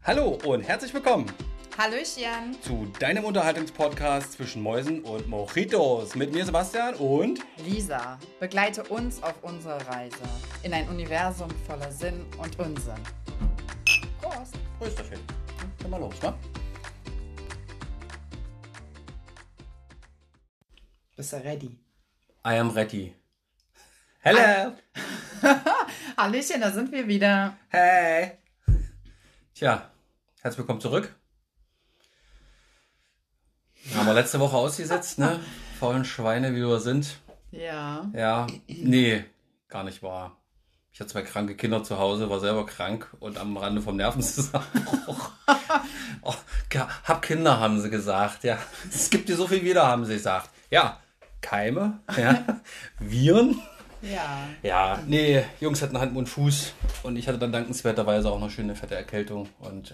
Hallo und herzlich willkommen Hallöchen. zu deinem Unterhaltungspodcast zwischen Mäusen und Mojitos. Mit mir Sebastian und Lisa, begleite uns auf unserer Reise in ein Universum voller Sinn und Unsinn. Prost. Prösterchen. Dann mal los, ne? Bist du ready? I am ready. Hello. Hallöchen, da sind wir wieder. Hey. Tja, herzlich willkommen zurück. Haben wir letzte Woche ausgesetzt, ne? Faulen Schweine, wie wir sind. Ja. Ja, nee, gar nicht wahr. Ich hatte 2 kranke Kinder zu Hause, war selber krank und am Rande vom Nervenzusammenbruch. Oh, hab Kinder, haben sie gesagt. Ja, es gibt dir so viel wieder, haben sie gesagt. Ja, Keime, ja, Viren. Ja. Ja, nee, Jungs hatten Hand, Mund, Fuß und ich hatte dann dankenswerterweise auch noch schöne fette Erkältung und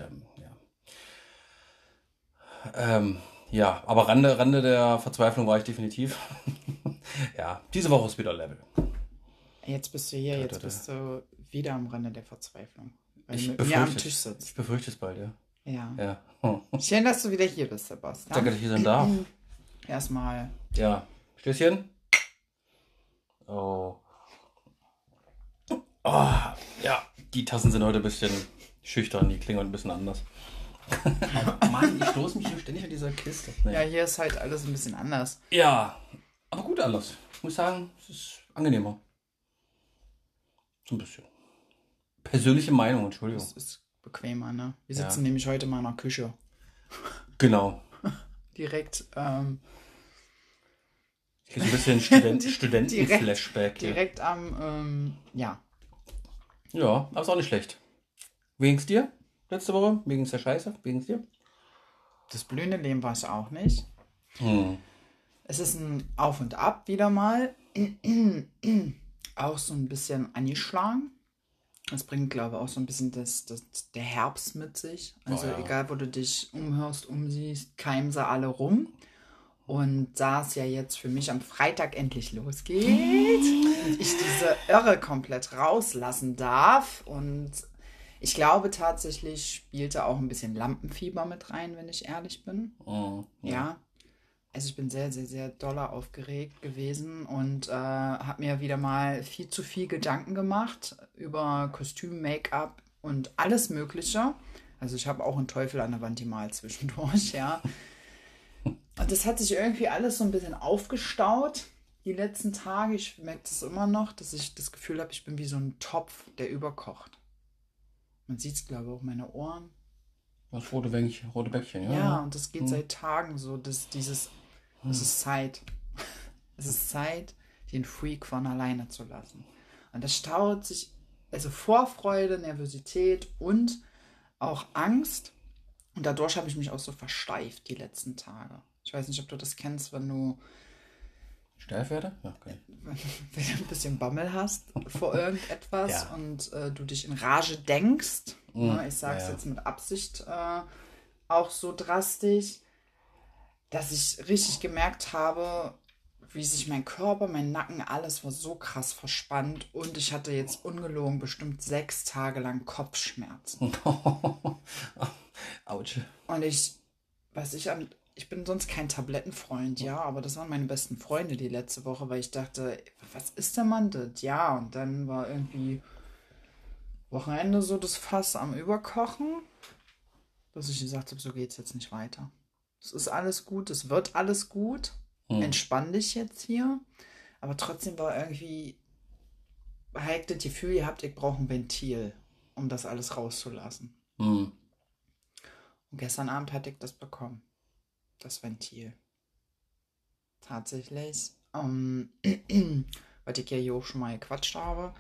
ja, aber Rande der Verzweiflung war ich definitiv. Ja, diese Woche ist wieder Level. Jetzt bist du hier, jetzt bist du wieder am Rande der Verzweiflung. Weil Ich du mit mir am befürchte Tisch es. sitzt. Ich befürchte es bald, ja. Ja. Ja. Schön, dass du wieder hier bist, Sebastian. Danke, dass ich hier sein darf. Erstmal. Ja, Stößchen. Oh. Oh, ja, die Tassen sind heute ein bisschen schüchtern, die klingen ein bisschen anders. Oh Mann, ich stoße mich hier ständig an dieser Kiste. Nee. Ja, hier ist halt alles ein bisschen anders. Ja, aber gut anders. Ich muss sagen, es ist angenehmer. So ein bisschen. Persönliche Meinung, Entschuldigung. Es ist bequemer, ne? Wir Ja. sitzen nämlich heute mal in der Küche. Genau. Direkt, Hier ist ein bisschen Studenten-Flashback. direkt am, ja. Ja, aber ist auch nicht schlecht. Wie ging's dir letzte Woche? Wie ging's der Scheiße? Wie ging's dir? Das blühende Leben war es auch nicht. Hm. Es ist ein Auf und Ab wieder mal. Auch so ein bisschen angeschlagen. Das bringt, glaube ich, auch so ein bisschen der Herbst mit sich. Also Oh ja. egal, wo du dich umhörst, umsiehst, keimen sie alle rum. Und da es ja jetzt für mich am Freitag endlich losgeht und ich diese Irre komplett rauslassen darf und ich glaube tatsächlich spielte auch ein bisschen Lampenfieber mit rein, wenn ich ehrlich bin. Ja. Also ich bin sehr, sehr, sehr doller aufgeregt gewesen und habe mir wieder mal viel zu viel Gedanken gemacht über Kostüm, Make-up und alles Mögliche. Also ich habe auch einen Teufel an der Wand gemalt zwischendurch, ja. Und das hat sich irgendwie alles so ein bisschen aufgestaut die letzten Tage. Ich merke das immer noch, dass ich das Gefühl habe, ich bin wie so ein Topf, der überkocht. Man sieht es, glaube ich, auch meine Ohren. Das rote Bäckchen, ja. Ja, und das geht seit Tagen so, es ist Zeit. Es ist Zeit, den Freak von alleine zu lassen. Und das staut sich, also Vorfreude, Nervosität und auch Angst. Und dadurch habe ich mich auch so versteift die letzten Tage. Ich weiß nicht, ob du das kennst, wenn du Steif werde? Ja, okay. wenn du ein bisschen Bammel hast vor irgendetwas Ja. und du dich in Rage denkst. Ne, ich sage es jetzt mit Absicht auch so drastisch, dass ich richtig gemerkt habe, wie sich mein Körper, mein Nacken, alles war so krass verspannt und ich hatte jetzt ungelogen bestimmt 6 Tage lang Kopfschmerzen. Autsch. Und ich bin sonst kein Tablettenfreund, ja, aber das waren meine besten Freunde die letzte Woche, weil ich dachte, was ist der Mann das? Ja, und dann war irgendwie Wochenende so das Fass am Überkochen, dass ich gesagt habe, so geht's jetzt nicht weiter. Es ist alles gut, es wird alles gut. Entspann dich jetzt hier. Aber trotzdem war irgendwie, habe ich das Gefühl gehabt, ich brauche ein Ventil, um das alles rauszulassen. Und gestern Abend hatte ich das bekommen. Das Ventil. Tatsächlich. Weil ich ja hier auch schon mal gequatscht habe,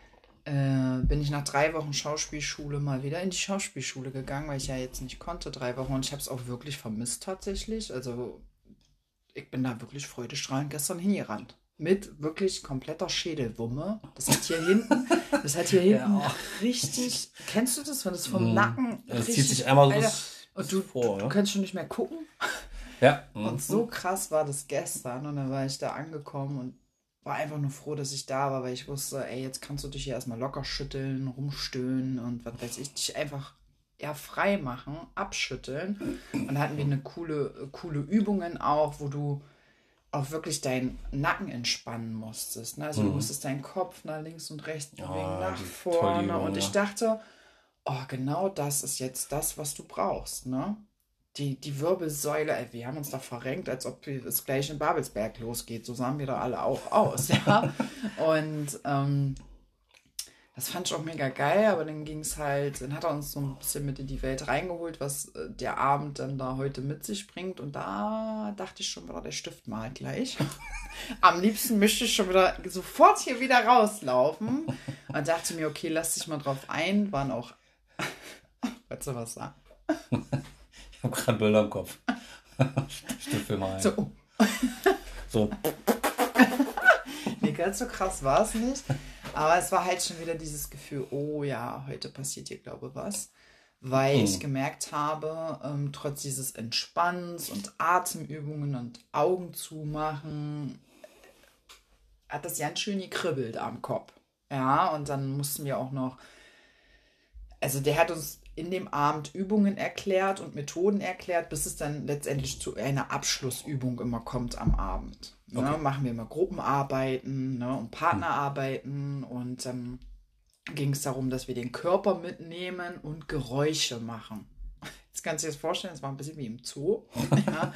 bin ich nach 3 Wochen Schauspielschule mal wieder in die Schauspielschule gegangen, weil ich ja jetzt nicht konnte, 3 Wochen. Und ich habe es auch wirklich vermisst tatsächlich. Also ich bin da wirklich freudestrahlend gestern hingerannt. Mit wirklich kompletter Schädelwumme. Das hat hier hinten richtig... Kennst du das, wenn das vom Nacken Das richtig... zieht sich einmal so Alter, bis und du vor, ne? kannst schon nicht mehr gucken. Ja. Und so krass war das gestern. Und dann war ich da angekommen und war einfach nur froh, dass ich da war, weil ich wusste, ey, jetzt kannst du dich hier erstmal locker schütteln, rumstöhnen und was weiß ich, dich einfach eher frei machen, abschütteln. Und da hatten wir eine coole Übungen auch, wo du auch wirklich deinen Nacken entspannen musstest. Ne? Also du musstest deinen Kopf nach links und rechts bewegen, nach die tolle vorne. Übung, Und ich ja. dachte, oh, genau das ist jetzt das, was du brauchst. Ne? Die Wirbelsäule, ey, wir haben uns da verrenkt, als ob es gleich in Babelsberg losgeht. So sahen wir da alle auch aus. Ja? Und das fand ich auch mega geil, aber dann ging es halt, dann hat er uns so ein bisschen mit in die Welt reingeholt, was der Abend dann da heute mit sich bringt. Und da dachte ich schon wieder, der Stift mal gleich. Am liebsten möchte ich schon wieder sofort hier wieder rauslaufen. Und dachte mir, okay, lass dich mal drauf ein. Waren auch, wolltest du was sagen? Ich habe gerade Bilder im Kopf. Stift mal ein. So, oh. So. Nee, ganz so krass war es nicht. Aber es war halt schon wieder dieses Gefühl, oh ja, heute passiert hier, glaube ich, was. Weil ich gemerkt habe, trotz dieses Entspannens und Atemübungen und Augen zumachen, hat das ganz schön gekribbelt am Kopf. Ja, und dann mussten wir auch noch, also der hat uns in dem Abend Übungen erklärt und Methoden erklärt, bis es dann letztendlich zu einer Abschlussübung immer kommt am Abend. Ne? Okay. Machen wir immer Gruppenarbeiten, ne? Und Partnerarbeiten und dann ging es darum, dass wir den Körper mitnehmen und Geräusche machen. Jetzt kannst du dir das vorstellen, es war ein bisschen wie im Zoo. Ja.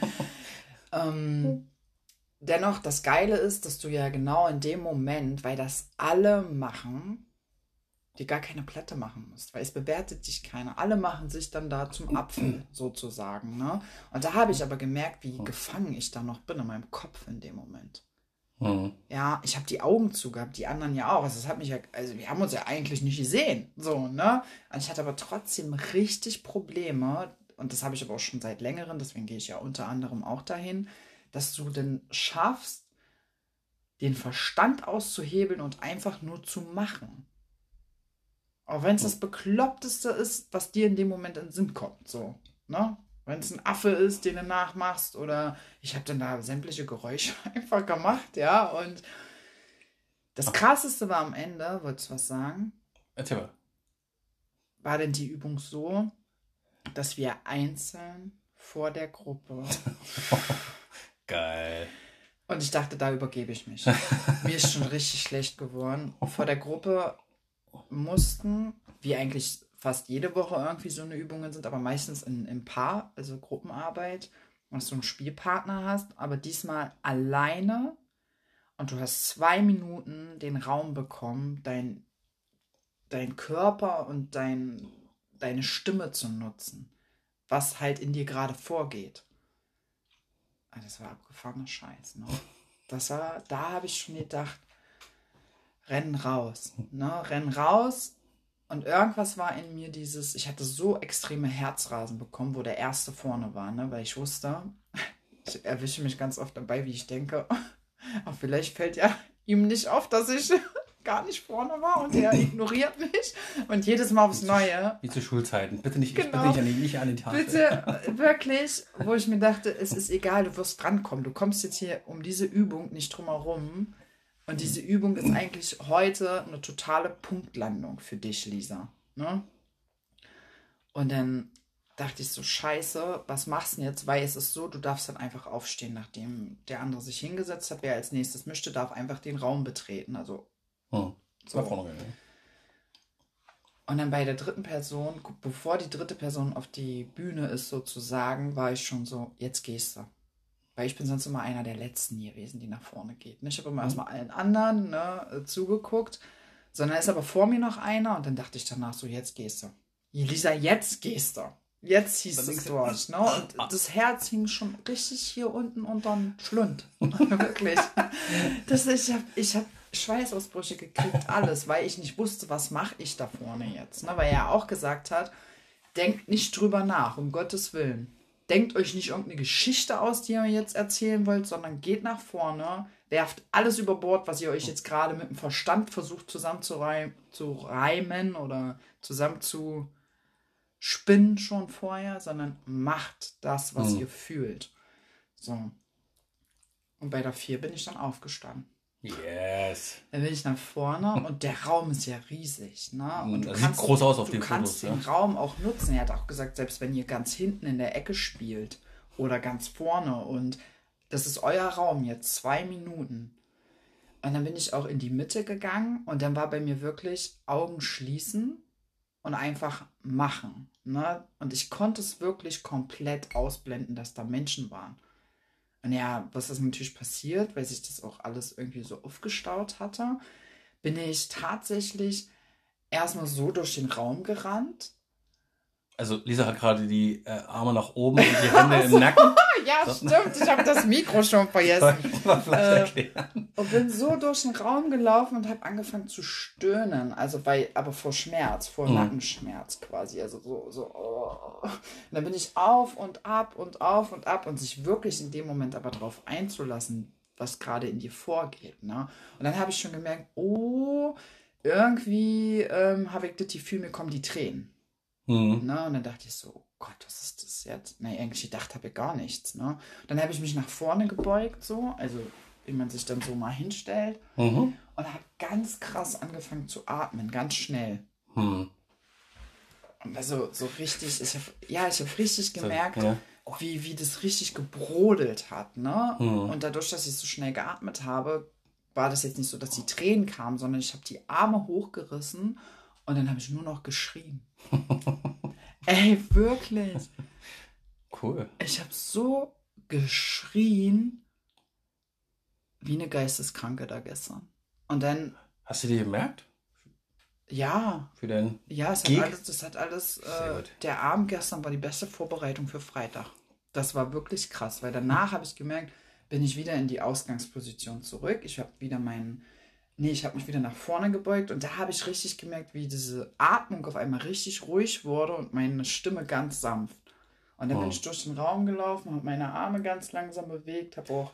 Dennoch, das Geile ist, dass du ja genau in dem Moment, weil das alle machen, dir gar keine Platte machen musst, weil es bewertet dich keiner. Alle machen sich dann da zum Apfel sozusagen. Ne? Und da habe ich aber gemerkt, wie gefangen ich da noch bin in meinem Kopf in dem Moment. Ja, ich habe die Augen zugehabt, die anderen ja auch. Also, das hat mich ja, also wir haben uns ja eigentlich nicht gesehen. So, ne? Und ich hatte aber trotzdem richtig Probleme, und das habe ich aber auch schon seit längerem, deswegen gehe ich ja unter anderem auch dahin, dass du denn schaffst, den Verstand auszuhebeln und einfach nur zu machen. Auch wenn es das Bekloppteste ist, was dir in dem Moment in den Sinn kommt. So, ne? Wenn es ein Affe ist, den du nachmachst, oder ich habe dann da sämtliche Geräusche einfach gemacht, ja. Und das Krasseste war am Ende, wolltest du was sagen, Erzähl mal. war denn die Übung so, dass wir einzeln vor der Gruppe, Geil. und ich dachte, da übergebe ich mich. Mir ist schon richtig schlecht geworden. Vor der Gruppe mussten, wie eigentlich fast jede Woche irgendwie so eine Übungen sind, aber meistens im Paar, also Gruppenarbeit, dass du einen Spielpartner hast, aber diesmal alleine, und du hast 2 Minuten den Raum bekommen, dein Körper und deine Stimme zu nutzen, was halt in dir gerade vorgeht. Das war abgefahrener Scheiß, ne? Da habe ich schon gedacht, renn raus, ne? Renn raus. Und irgendwas war in mir dieses, ich hatte so extreme Herzrasen bekommen, wo der Erste vorne war, ne? Weil ich wusste, ich erwische mich ganz oft dabei, wie ich denke, aber vielleicht fällt ja ihm nicht auf, dass ich gar nicht vorne war und er ignoriert mich. Und jedes Mal aufs Neue. Wie zu Schulzeiten. Bitte nicht, Genau. bitte nicht an die Tafel. Bitte, wirklich, wo ich mir dachte, es ist egal, du wirst drankommen. Du kommst jetzt hier um diese Übung nicht drum herum. Und diese Übung ist eigentlich heute eine totale Punktlandung für dich, Lisa. Ne? Und dann dachte ich so, scheiße, was machst du denn jetzt? Weil es ist so, du darfst dann einfach aufstehen, nachdem der andere sich hingesetzt hat. Wer als nächstes möchte, darf einfach den Raum betreten. Also So. so. Und dann bei der dritten Person, bevor die dritte Person auf die Bühne ist sozusagen, war ich schon so, jetzt gehst du. Weil ich bin sonst immer einer der Letzten gewesen, die nach vorne geht. Ich habe immer erstmal allen anderen zugeguckt. Sondern ist aber vor mir noch einer und dann dachte ich danach so, jetzt gehst du. Lisa, jetzt gehst du. Jetzt hieß es durch. Ne? Und das Herz hing schon richtig hier unten unterm Schlund. Wirklich. Ich hab Schweißausbrüche gekriegt, alles, weil ich nicht wusste, was mache ich da vorne jetzt. Ne? Weil er auch gesagt hat, denkt nicht drüber nach, um Gottes Willen. Denkt euch nicht irgendeine Geschichte aus, die ihr jetzt erzählen wollt, sondern geht nach vorne, werft alles über Bord, was ihr euch jetzt gerade mit dem Verstand versucht zusammenzureimen oder zusammenzuspinnen schon vorher, sondern macht das, was ihr fühlt. So. Und bei der 4 bin ich dann aufgestanden. Yes. Dann bin ich nach vorne und der Raum ist ja riesig, ne? Und Das sieht groß aus auf den Du kannst Fotos, den Raum auch nutzen. Er hat auch gesagt, selbst wenn ihr ganz hinten in der Ecke spielt oder ganz vorne und das ist euer Raum jetzt, 2 Minuten. Und dann bin ich auch in die Mitte gegangen und dann war bei mir wirklich Augen schließen und einfach machen, ne? Und ich konnte es wirklich komplett ausblenden, dass da Menschen waren. Und ja, was ist natürlich passiert, weil sich das auch alles irgendwie so aufgestaut hatte, bin ich tatsächlich erstmal so durch den Raum gerannt. Also Lisa hat gerade die Arme nach oben und die Hände im Nacken. Ja, stimmt, ich habe das Mikro schon vergessen. Mal vielleicht erklären. Und bin so durch den Raum gelaufen und habe angefangen zu stöhnen. Also aber vor Schmerz, vor Nackenschmerz quasi. Also so. Oh. Und dann bin ich auf und ab und auf und ab und sich wirklich in dem Moment aber darauf einzulassen, was gerade in dir vorgeht. Ne? Und dann habe ich schon gemerkt, oh, irgendwie habe ich das Gefühl, mir kommen die Tränen. Ne? Und dann dachte ich so, oh Gott, was ist das jetzt? Nee, eigentlich gedacht habe ich gar nichts. Ne? Und dann habe ich mich nach vorne gebeugt, so, also wie man sich dann so mal hinstellt und habe ganz krass angefangen zu atmen, ganz schnell. Und also so richtig, ich habe richtig gemerkt, wie das richtig gebrodelt hat. Ne? Und dadurch, dass ich so schnell geatmet habe, war das jetzt nicht so, dass die Tränen kamen, sondern ich habe die Arme hochgerissen und dann habe ich nur noch geschrien. Ey, wirklich. Cool. Ich habe so geschrien wie eine Geisteskranke da gestern. Und dann, Hast du die gemerkt? ja, Für deinen das Gig? hat alles, Sehr gut. der Abend gestern war die beste Vorbereitung für Freitag. Das war wirklich krass, weil danach habe ich gemerkt, bin ich wieder in die Ausgangsposition zurück. Ich habe mich wieder nach vorne gebeugt und da habe ich richtig gemerkt, wie diese Atmung auf einmal richtig ruhig wurde und meine Stimme ganz sanft. Und dann bin ich durch den Raum gelaufen, habe meine Arme ganz langsam bewegt,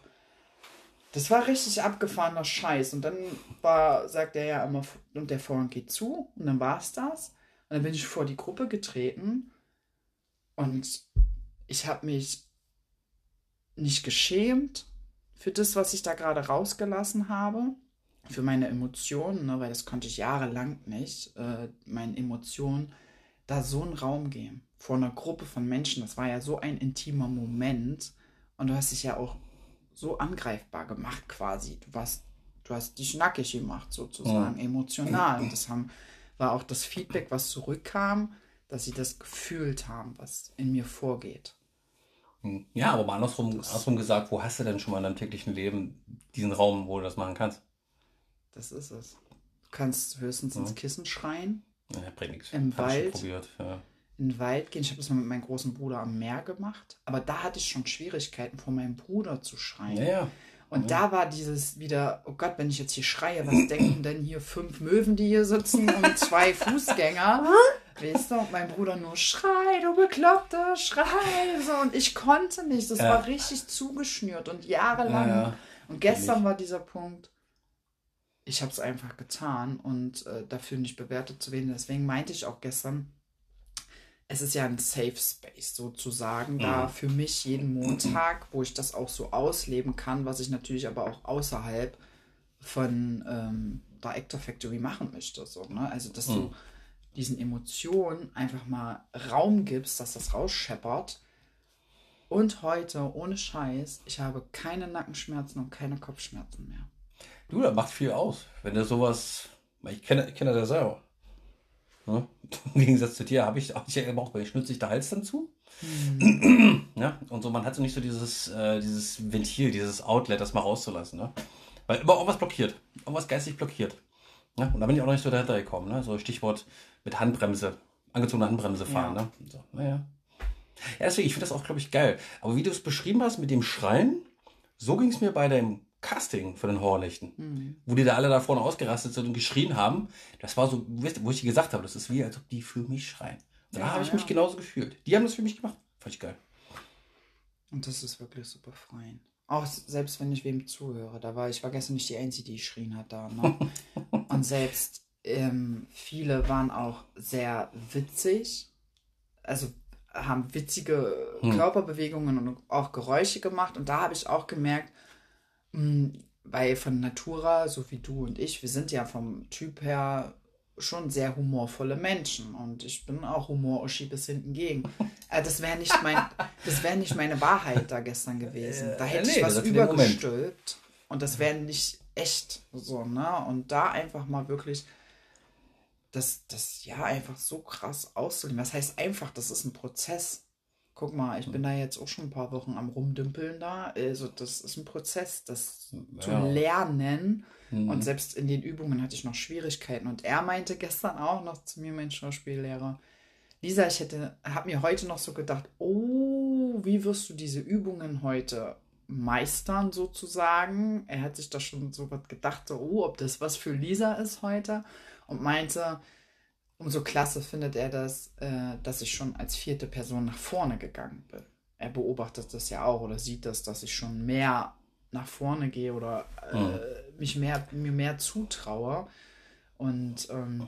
das war richtig abgefahrener Scheiß. Und dann sagt er ja immer, und der Vorhang geht zu und dann war es das. Und dann bin ich vor die Gruppe getreten und ich habe mich nicht geschämt für das, was ich da gerade rausgelassen habe. Für meine Emotionen, ne, weil das konnte ich jahrelang nicht, meinen Emotionen da so einen Raum geben. Vor einer Gruppe von Menschen, das war ja so ein intimer Moment und du hast dich ja auch so angreifbar gemacht quasi. Du hast dich nackig gemacht sozusagen, emotional. Und war auch das Feedback, was zurückkam, dass sie das gefühlt haben, was in mir vorgeht. Ja, aber mal andersrum gesagt, wo hast du denn schon mal in deinem täglichen Leben diesen Raum, wo du das machen kannst? Das ist es. Du kannst höchstens ins Kissen schreien. Ja, bringt nichts. Im Hab ich schon Wald. probiert. Ja. In den Wald gehen. Ich habe das mal mit meinem großen Bruder am Meer gemacht. Aber da hatte ich schon Schwierigkeiten, vor meinem Bruder zu schreien. Ja. Und da war dieses wieder, oh Gott, wenn ich jetzt hier schreie, was denken denn hier 5 Möwen, die hier sitzen und 2 Fußgänger? Weißt du, und mein Bruder nur, schrei, du Bekloppte, schrei. So, und ich konnte nicht. Das war richtig zugeschnürt und jahrelang. Ja. Und gestern war dieser Punkt, ich habe es einfach getan und dafür nicht bewertet zu werden. Deswegen meinte ich auch gestern, es ist ja ein Safe Space sozusagen, da für mich jeden Montag, wo ich das auch so ausleben kann, was ich natürlich aber auch außerhalb von der Actor Factory machen möchte. So, ne? Also, dass du diesen Emotionen einfach mal Raum gibst, dass das rausscheppert. Und heute, ohne Scheiß, ich habe keine Nackenschmerzen und keine Kopfschmerzen mehr. Du, das macht viel aus. Wenn du sowas, ich kenne das ja selber. Ne? Im Gegensatz zu dir habe ich ja immer auch, weil ich schnürt sich der Hals dann zu. Ja, und so, man hat so nicht so dieses Ventil, dieses Outlet, das mal rauszulassen. Ne? Weil immer irgendwas blockiert, irgendwas geistig blockiert. Ja? Und da bin ich auch noch nicht so dahinter gekommen. Ne? So Stichwort mit Handbremse, angezogene Handbremse fahren. Ja. Ne? So, naja. Ja, deswegen, ich finde das auch, glaube ich, geil. Aber wie du es beschrieben hast mit dem Schreien, so ging es mir bei dem Casting für den Horrornächten, wo die da alle da vorne ausgerastet sind und geschrien haben. Das war so, wo ich dir gesagt habe, das ist wie, als ob die für mich schreien. Und da habe ich mich genauso gefühlt. Die haben das für mich gemacht. Fand ich geil. Und das ist wirklich super befreiend. Auch selbst wenn ich wem zuhöre. Ich war gestern nicht die Einzige, die geschrien hat da. Ne? Und selbst viele waren auch sehr witzig. Also haben witzige Körperbewegungen und auch Geräusche gemacht. Und da habe ich auch gemerkt, weil von Natura, so wie du und ich, wir sind ja vom Typ her schon sehr humorvolle Menschen und ich bin auch Humor-Uschi bis hinten gegen. Das wäre nicht meine Wahrheit da gestern gewesen. Da hätte ich Nee, was das ist in dem Moment. übergestülpt und das wäre nicht echt so, ne? Und da einfach mal wirklich das ja einfach so krass auszuleben. Was heißt einfach, das ist ein Prozess. Guck mal, ich bin da jetzt auch schon ein paar Wochen am Rumdümpeln da. Also das ist ein Prozess, das zu Ja. lernen. Und Mhm. selbst in den Übungen hatte ich noch Schwierigkeiten. Und er meinte gestern auch noch zu mir, mein Schauspiellehrer, Lisa, habe mir heute noch so gedacht, oh, wie wirst du diese Übungen heute meistern sozusagen? Er hat sich da schon so was gedacht, so, oh, ob das was für Lisa ist heute. Und meinte, umso klasse findet er das, dass ich schon als vierte Person nach vorne gegangen bin. Er beobachtet das ja auch oder sieht das, dass ich schon mehr nach vorne gehe oder Mhm. mir mehr zutraue. Und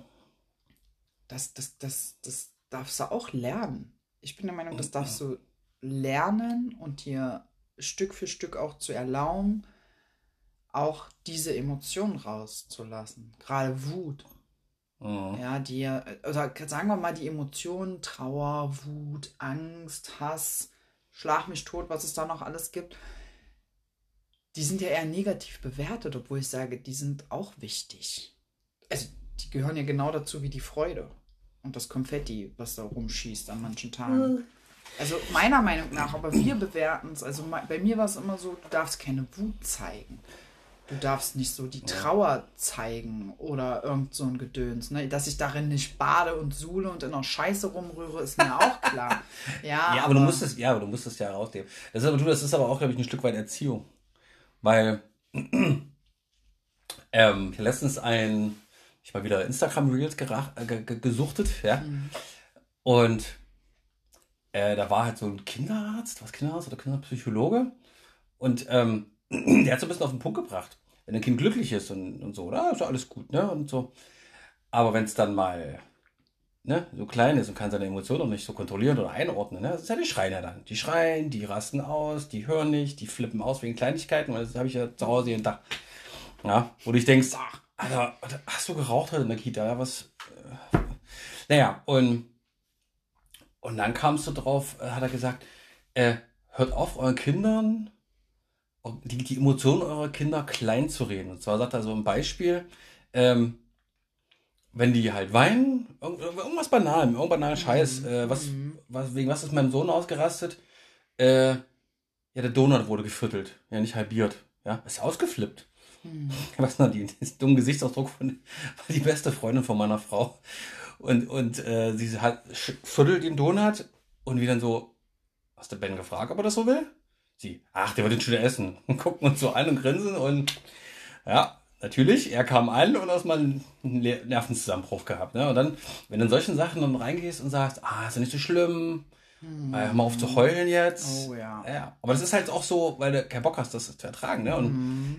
das darfst du auch lernen. Ich bin der Meinung, das darfst du lernen und dir Stück für Stück auch zu erlauben, auch diese Emotionen rauszulassen. Gerade Wut. Mhm. Ja, oder sagen wir mal die Emotionen, Trauer, Wut, Angst, Hass, Schlag mich tot, was es da noch alles gibt, die sind ja eher negativ bewertet, obwohl ich sage, die sind auch wichtig. Also, die gehören ja genau dazu wie die Freude und das Konfetti, was da rumschießt an manchen Tagen. Also, meiner Meinung nach, aber wir bewerten es, also bei mir war es immer so, du darfst keine Wut zeigen. Du darfst nicht so die Trauer zeigen oder irgend so ein Gedöns. Ne? Dass ich darin nicht bade und suhle und in der Scheiße rumrühre, ist mir auch klar. Ja, Ja, aber du musst es ja rausnehmen. Das ist aber auch, glaube ich, ein Stück weit Erziehung. Weil ich letztens ich mal wieder Instagram Reels gesuchtet, ja. Und da war halt so ein Kinderarzt, was Kinderarzt oder Kinderpsychologe. Und der hat so ein bisschen auf den Punkt gebracht. Wenn ein Kind glücklich ist und so, da ist ja alles gut, ne? Und so. Aber wenn es dann mal, ne, so klein ist und kann seine Emotionen noch nicht so kontrollieren oder einordnen, ne? Das ist ja die schreien ja dann. Die schreien, die rasten aus, die hören nicht, die flippen aus wegen Kleinigkeiten, weil das habe ich ja zu Hause jeden Tag. Ja, wo du dich denkst, Alter, hast du geraucht heute in der Kita? Ja, was? Naja, und dann kamst du drauf, hat er gesagt, hört auf, euren Kindern die Emotionen eurer Kinder klein zu reden. Und zwar sagt er so ein Beispiel, ähm, wenn die halt weinen, irgendwas banal, irgendein banaler Scheiß, wegen was ist mein Sohn ausgerastet? Ja, der Donut wurde geviertelt, ja, nicht halbiert. Ja, ist ausgeflippt. Was noch das dumme Gesichtsausdruck war die beste Freundin von meiner Frau. Und sie hat viertelt den Donut und wie dann so, hast du Ben gefragt, ob er das so will? Sie, ach, der wird den schon essen. Und gucken uns so an und grinsen und ja, natürlich, er kam an und erstmal einen Nervenzusammenbruch gehabt. Ne? Und dann, wenn du in solchen Sachen dann reingehst und sagst, ist ja nicht so schlimm, hör mal auf zu heulen jetzt. Oh ja. Ja, aber das ist halt auch so, weil du keinen Bock hast, das zu ertragen. Ne? Und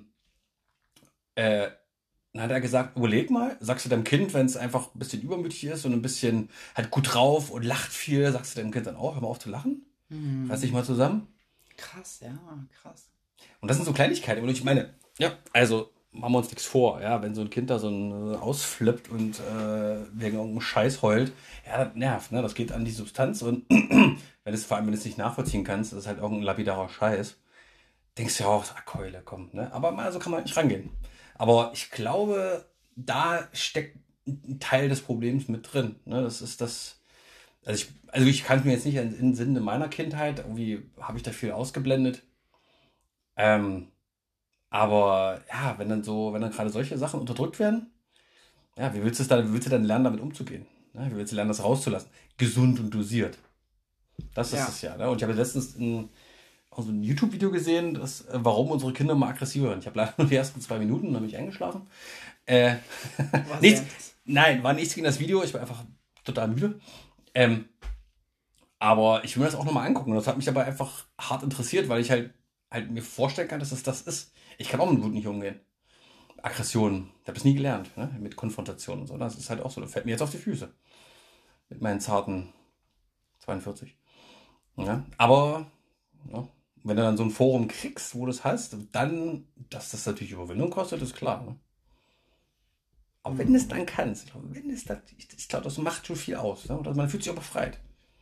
äh, dann hat er gesagt, überleg mal, sagst du deinem Kind, wenn es einfach ein bisschen übermütig ist und ein bisschen halt gut drauf und lacht viel, sagst du deinem Kind dann auch, hör mal auf zu lachen? Reiß dich mal zusammen. Krass, ja, krass. Und das sind so Kleinigkeiten, und ich meine, ja, also machen wir uns nichts vor, ja, wenn so ein Kind da so ausflippt und wegen irgendeinem Scheiß heult, ja, das nervt, ne, das geht an die Substanz und vor allem, wenn du es nicht nachvollziehen kannst, das ist halt irgendein lapidarer Scheiß, denkst du ja auch, Keule, komm, ne, aber mal so kann man nicht rangehen. Aber ich glaube, da steckt ein Teil des Problems mit drin, ne, das ist das, also ich kann es mir jetzt nicht in den Sinne meiner Kindheit, irgendwie habe ich da viel ausgeblendet, ähm, aber ja, wenn dann gerade solche Sachen unterdrückt werden, ja, wie willst du dann lernen, damit umzugehen? Ne? Wie willst du lernen, das rauszulassen? Gesund und dosiert. Das ist Ja. es ja. Ne? Und ich habe letztens auch so ein YouTube-Video gesehen, warum unsere Kinder mal aggressiver werden. Ich habe leider nur die ersten 2 Minuten, dann bin ich eingeschlafen. Äh, War sehr nichts, interessant. nein, war nichts gegen das Video, ich war einfach total müde. Ähm, aber ich will mir das auch nochmal angucken. Und das hat mich aber einfach hart interessiert, weil ich halt mir vorstellen kann, dass es das ist. Ich kann auch mit Wut nicht umgehen. Aggression. Ich habe das nie gelernt, ne? Mit Konfrontation und so. Das ist halt auch so. Das fällt mir jetzt auf die Füße. Mit meinen zarten 42. Ja? Aber ja, Wenn du dann so ein Forum kriegst, wo du es hast, dann, dass das natürlich Überwindung kostet, ist klar. Ne? Aber wenn du es dann kannst, ich glaube, das macht schon viel aus. Ne? Und man fühlt sich auch befreit.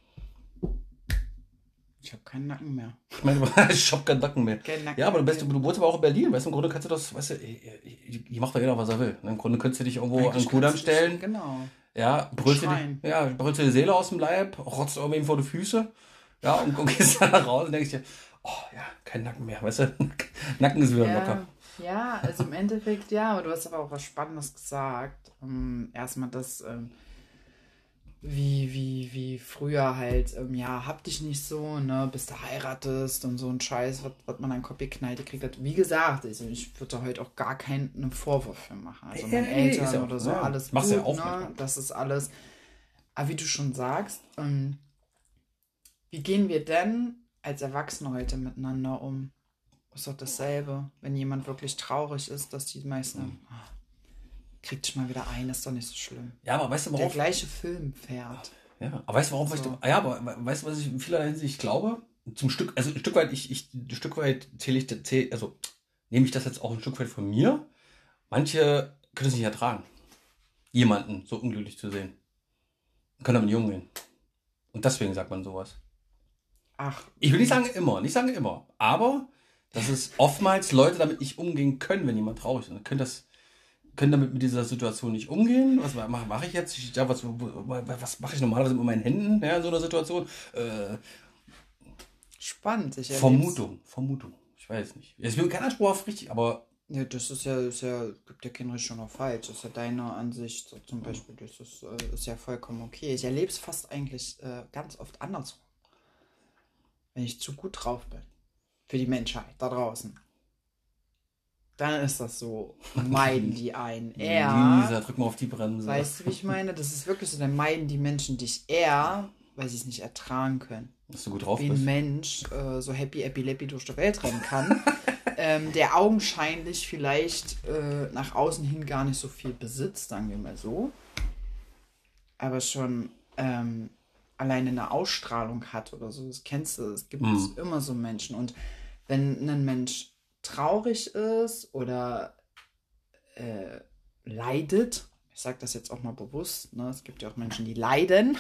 Ich habe keinen Nacken mehr. Ich meine, ich habe keinen Nacken mehr. Ja, aber du wohnst aber auch in Berlin, weißt du, im Grunde kannst du das, weißt du, hier macht doch jeder, was er will. Ne? Im Grunde könntest du dich irgendwo an den Kudamm stellen. Genau. Ja, brüllst dir die Seele aus dem Leib, rotzt irgendwem vor die Füße. Ja, und gehst dann raus und denkst dir, oh ja, kein Nacken mehr, weißt du? Nacken ist wieder locker. Ja, also im Endeffekt, ja, aber du hast aber auch was Spannendes gesagt. Erstmal das, wie früher halt, ja, hab dich nicht so, ne, bis du heiratest und so ein Scheiß, was man an den Kopf geknallt gekriegt hat. Wie gesagt, also ich würde da heute auch gar keinen Vorwurf für machen. Also meinen Eltern ja oder so, ja, alles machst gut, ja auch ne, manchmal. das ist alles. Aber wie du schon sagst, wie gehen wir denn als Erwachsene heute miteinander um? Ist doch dasselbe, wenn jemand wirklich traurig ist, dass die meisten, krieg dich mal wieder ein, ist doch nicht so schlimm. Ja, aber weißt du, Der warum? gleiche Film fährt. Ja, aber weißt du, warum? So. Ja, aber weißt du, was ich in vielerlei Hinsicht glaube? Also ein Stück weit, ein Stück weit also nehme ich das jetzt auch ein Stück weit von mir. Manche können es nicht ertragen, jemanden so unglücklich zu sehen. Können damit nicht umgehen. Und deswegen sagt man sowas. Ach. Ich will nicht sagen immer, aber dass es oftmals Leute damit nicht umgehen können, wenn jemand traurig ist. Können damit mit dieser Situation nicht umgehen. Was mache ich jetzt? Was mache ich normalerweise mit meinen Händen, ja, in so einer Situation? Spannend. Vermutung. Ich weiß nicht. Ich will keinen Anspruch auf richtig, aber... Ja, das ist ja, gibt ja kein richtig oder falsch. Das ist ja deine Ansicht so zum Beispiel. Das ist ja vollkommen okay. Ich erlebe es fast eigentlich ganz oft andersrum. Wenn ich zu gut drauf bin. Für die Menschheit da draußen. Dann ist das so, meiden die einen eher. Lisa, drück mal auf die Bremse. Weißt du, wie ich meine? Das ist wirklich so, dann meiden die Menschen dich eher, weil sie es nicht ertragen können. Dass du gut drauf wie bist. ein Mensch so happy, leppy durch die Welt rennen kann, der augenscheinlich vielleicht nach außen hin gar nicht so viel besitzt, sagen wir mal so, aber schon alleine eine Ausstrahlung hat oder so. Das kennst du, es gibt immer so Menschen. Und wenn ein Mensch traurig ist oder leidet, ich sage das jetzt auch mal bewusst, ne? Es gibt ja auch Menschen, die leiden,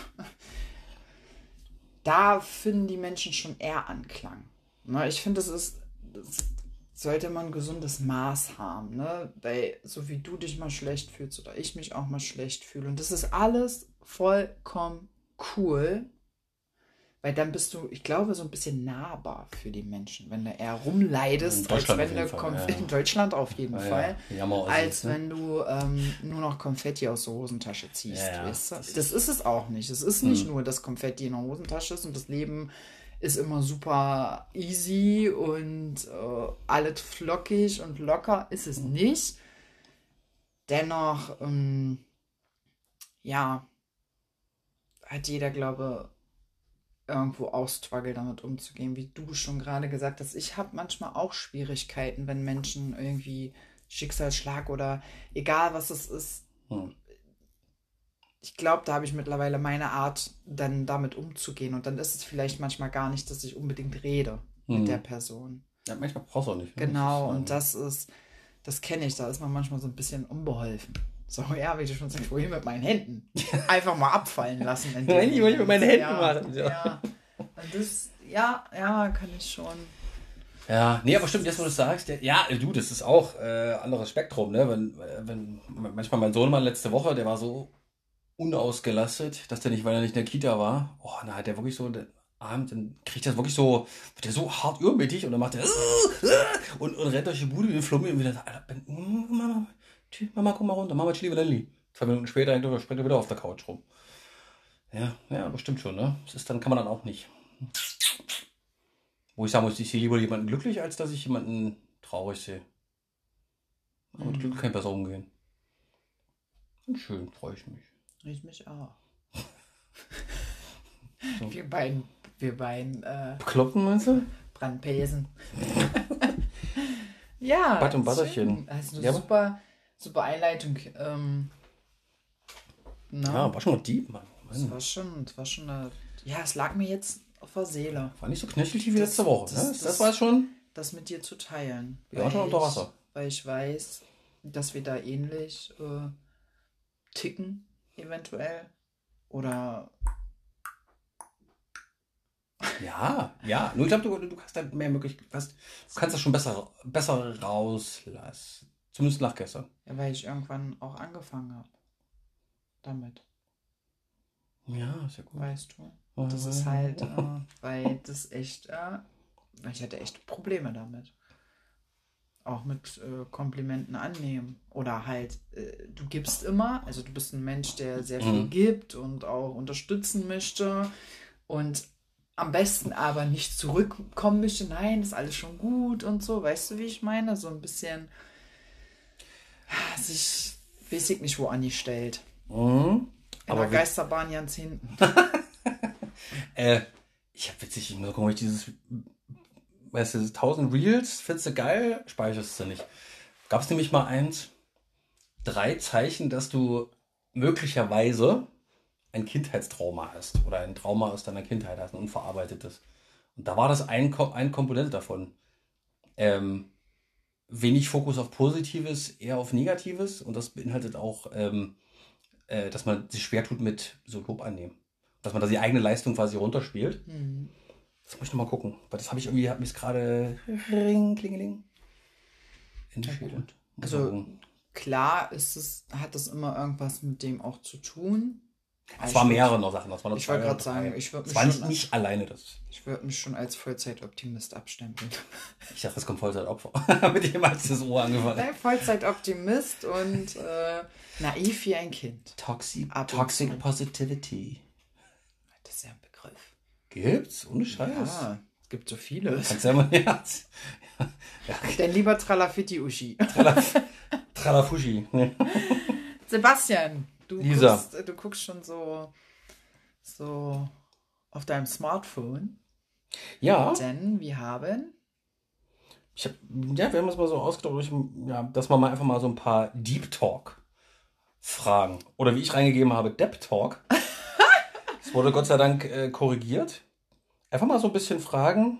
da finden die Menschen schon eher Anklang. Ne? Ich finde, das sollte man ein gesundes Maß haben, ne? Weil so wie du dich mal schlecht fühlst oder ich mich auch mal schlecht fühle, und das ist alles vollkommen cool, weil dann bist du, ich glaube, so ein bisschen nahbar für die Menschen, wenn du eher rumleidest, als wenn du in Deutschland auf jeden Fall, als wenn du nur noch Konfetti aus der Hosentasche ziehst. Ja, weißt du? Das ist es auch nicht. Es ist nicht nur, dass Konfetti in der Hosentasche ist und das Leben ist immer super easy und alles flockig und locker. Ist es nicht. Dennoch, ja, hat jeder, glaube ich, irgendwo auch Struggle damit umzugehen, wie du schon gerade gesagt hast. Ich habe manchmal auch Schwierigkeiten, wenn Menschen irgendwie Schicksalsschlag oder egal was es ist. Ich glaube, da habe ich mittlerweile meine Art, dann damit umzugehen. Und dann ist es vielleicht manchmal gar nicht, dass ich unbedingt rede mit der Person. Ja, manchmal brauchst du auch nicht. Genau, und das kenne ich, da ist man manchmal so ein bisschen unbeholfen. So, ja, wie du schon sagst, wohin mit meinen Händen? Einfach mal abfallen lassen. Nein, ich will mit meinen Händen machen. Ja. Das, kann ich schon. Ja, nee, aber stimmt, jetzt wo du sagst, ja, du, das ist auch anderes Spektrum, ne? Wenn manchmal mein Sohn mal letzte Woche, der war so unausgelastet, dass der nicht, weil er nicht in der Kita war, dann hat der wirklich so Abend, dann kriegt das wirklich so, wird der so hart übermütig und dann macht er und rennt durch die Bude wie ein Flummi und wieder, Mama, komm mal runter, Mama, chill Lilli. 2 Minuten später springt er wieder auf der Couch rum. Ja, bestimmt schon, ne? Kann man dann auch nicht. Wo ich sagen muss, ich sehe lieber jemanden glücklich, als dass ich jemanden traurig sehe. Aber mit Glück kann ich besser umgehen. Und schön, freue ich mich. Ich mich auch. So. Wir beiden Bekloppen, meinst du? Brandpesen. Ja. Bad und Butterchen. Das ist eine super Einleitung. Ja, war schon noch deep, Mann. Es war schon es lag mir jetzt auf vor Seele, War nicht so knöcheltief wie Das- letzte Woche. das- Das war schon. das mit dir zu teilen. Wir waren schon unter Wasser. Weil ich weiß, dass wir da ähnlich ticken, eventuell. Oder Ja. Nur ich glaube, du hast da mehr Möglichkeiten. Du kannst das schon besser rauslassen. Zumindest nach gestern. ja, weil ich irgendwann auch angefangen habe. Damit, Ja, ist ja gut. weißt du. Und das ist halt, weil das echt, ich hatte echt Probleme damit. Auch mit Komplimenten annehmen. Oder halt, du gibst immer, also du bist ein Mensch, der sehr viel gibt und auch unterstützen möchte und am besten aber nicht zurückkommen möchte. Nein, ist alles schon gut und so. Weißt du, wie ich meine? So ein bisschen sich, weiß ich nicht, wo Anni stellt. Mhm. In Aber der Geisterbahn ganz hinten. ich hab witzig, ich muss gucken, ob ich dieses, weißt du, 1000 Reels, findest du geil, speicherst du nicht. Gab es nämlich mal 3 Zeichen, dass du möglicherweise ein Kindheitstrauma hast oder ein Trauma aus deiner Kindheit hast, ein unverarbeitetes. Und da war das ein Komponente davon. Wenig Fokus auf Positives, eher auf Negatives. Und das beinhaltet auch, dass man sich schwer tut mit so Lob annehmen. Dass man da die eigene Leistung quasi runterspielt. Das muss ich noch mal gucken. Weil das hat mich gerade klingeling in die Schädel. Also klar hat das immer irgendwas mit dem auch zu tun. Es waren mehrere noch Sachen. Ich wollte gerade sagen, es war nicht alleine das. Ich würde mich schon als Vollzeitoptimist abstempeln. Ich dachte, das kommt Vollzeitopfer. Mit dem hat das Ohr angefangen. Vollzeitoptimist und naiv wie ein Kind. Toxic zu. Positivity. Das ist ja ein Begriff. Gibt's? Ohne Scheiß. Ja, es gibt so viele. Kannst ja mal, ja. Denn lieber Tralafitti-Uschi. Tralafushi. Sebastian, Lisa. du guckst schon so auf deinem Smartphone. Ja. Denn wir haben Wir haben es mal so ausgedrückt, dass man mal einfach mal so ein paar Deep Talk Fragen oder wie ich reingegeben habe, Depp Talk. Das wurde Gott sei Dank korrigiert. Einfach mal so ein bisschen Fragen,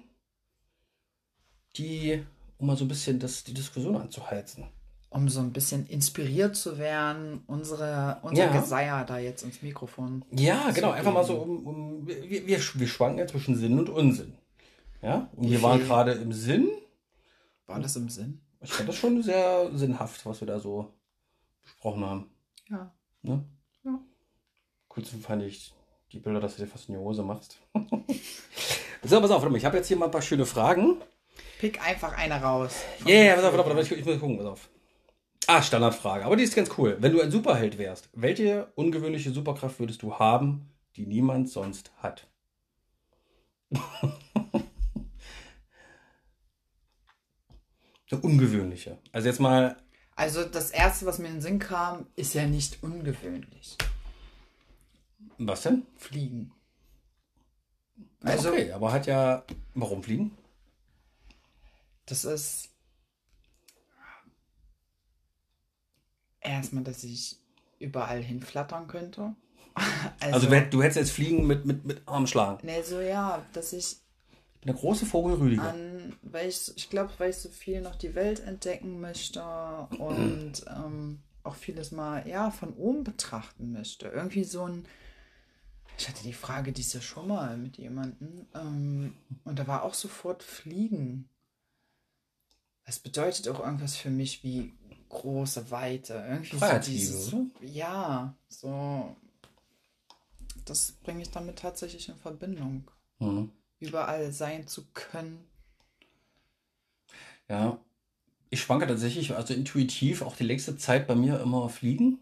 um mal so ein bisschen die Diskussion anzuheizen. um so ein bisschen inspiriert zu werden, unser Geseier da jetzt ins Mikrofon. Ja, genau, einfach mal so wir schwanken ja zwischen Sinn und Unsinn. Ja, und wir waren gerade im Sinn. War das im Sinn? Ich fand das schon sehr sinnhaft, was wir da so besprochen haben. Ja. Ne? Ja. Coolsten fand ich die Bilder, dass du dir fast in die Hose machst. So, pass auf, warte mal, ich habe jetzt hier mal ein paar schöne Fragen. Pick einfach eine raus. Pass auf, ich muss gucken, pass auf. Standardfrage, aber die ist ganz cool. Wenn du ein Superheld wärst, welche ungewöhnliche Superkraft würdest du haben, die niemand sonst hat? Eine ungewöhnliche. Also jetzt mal... Also das Erste, was mir in den Sinn kam, ist ja nicht ungewöhnlich. Was denn? Fliegen. Also, okay, aber hat ja... Warum fliegen? Das ist erstmal, dass ich überall hinflattern könnte. Also du hättest jetzt Fliegen mit Armschlagen. Ne, so ja, dass ich Der große Vogel Rüdiger. weil ich glaube, weil ich so viel noch die Welt entdecken möchte und auch vieles mal von oben betrachten möchte. Irgendwie so ein... Ich hatte die Frage dies Jahr schon mal mit jemandem und da war auch sofort Fliegen. Das bedeutet auch irgendwas für mich wie große Weite. Irgendwie Kreative, so oder? Ja, so... Das bringe ich damit tatsächlich in Verbindung. Mhm. Überall sein zu können. Ja, ich schwanke tatsächlich, also intuitiv auch die längste Zeit bei mir immer Fliegen.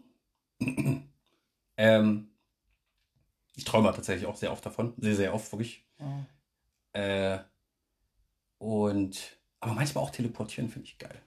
Ich träume tatsächlich auch sehr oft davon. Sehr, sehr oft, wirklich. Ja. Aber manchmal auch teleportieren finde ich geil.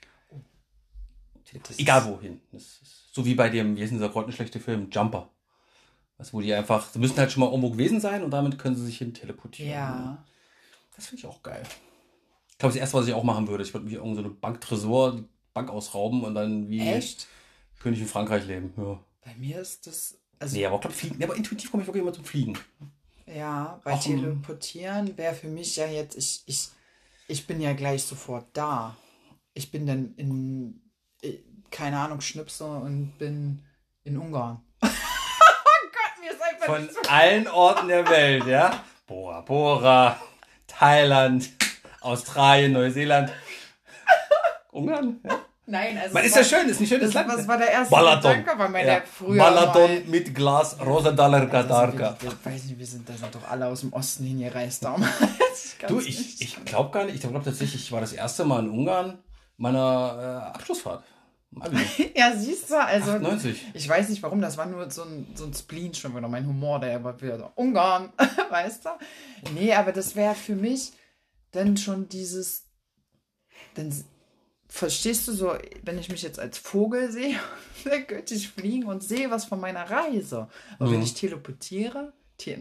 Das Egal wohin. Das ist so wie bei dem, wie ist denn dieser grottenschlechte Film, Jumper. Also wo die einfach, sie müssen halt schon mal irgendwo gewesen sein und damit können sie sich hin teleportieren. Ja. Das finde ich auch geil. Ich glaube, das erste, was ich auch machen würde, ich würde mich irgend so eine die Bank ausrauben und dann wie Echt? König in Frankreich leben. Ja. Bei mir ist das... Also, Nee, aber ich glaube, Fliegen. Nee, aber intuitiv komme ich wirklich immer zum Fliegen. Ja, bei Teleportieren wäre für mich ja jetzt, ich bin ja gleich sofort da. Ich bin dann keine Ahnung, Schnipse und bin in Ungarn. Oh Gott, mir ist einfach Von nicht so. allen Orten der Welt, ja? Bora Bora, Thailand, Australien, Neuseeland, Ungarn, ja? Nein, also. Man ist ja schön, ist ein schönes Land. Was war der erste Balaton. Gedanke, weil man Ja. ja früher Balaton mit Glas, Rosendaler Kadarka. Ich weiß nicht, da sind doch alle aus dem Osten hingereist damals. Du, ich glaube gar nicht. Ich glaube tatsächlich, ich war das erste Mal in Ungarn meiner Abschlussfahrt. Ja, siehst du, also 98. ich weiß nicht warum, das war nur so ein Spleen schon wieder, mein Humor, der war wieder so, Ungarn, weißt du? Nee, aber das wäre für mich dann schon dann verstehst du so, wenn ich mich jetzt als Vogel sehe, dann könnte ich fliegen und sehe was von meiner Reise. Aber wenn ich teleportiere,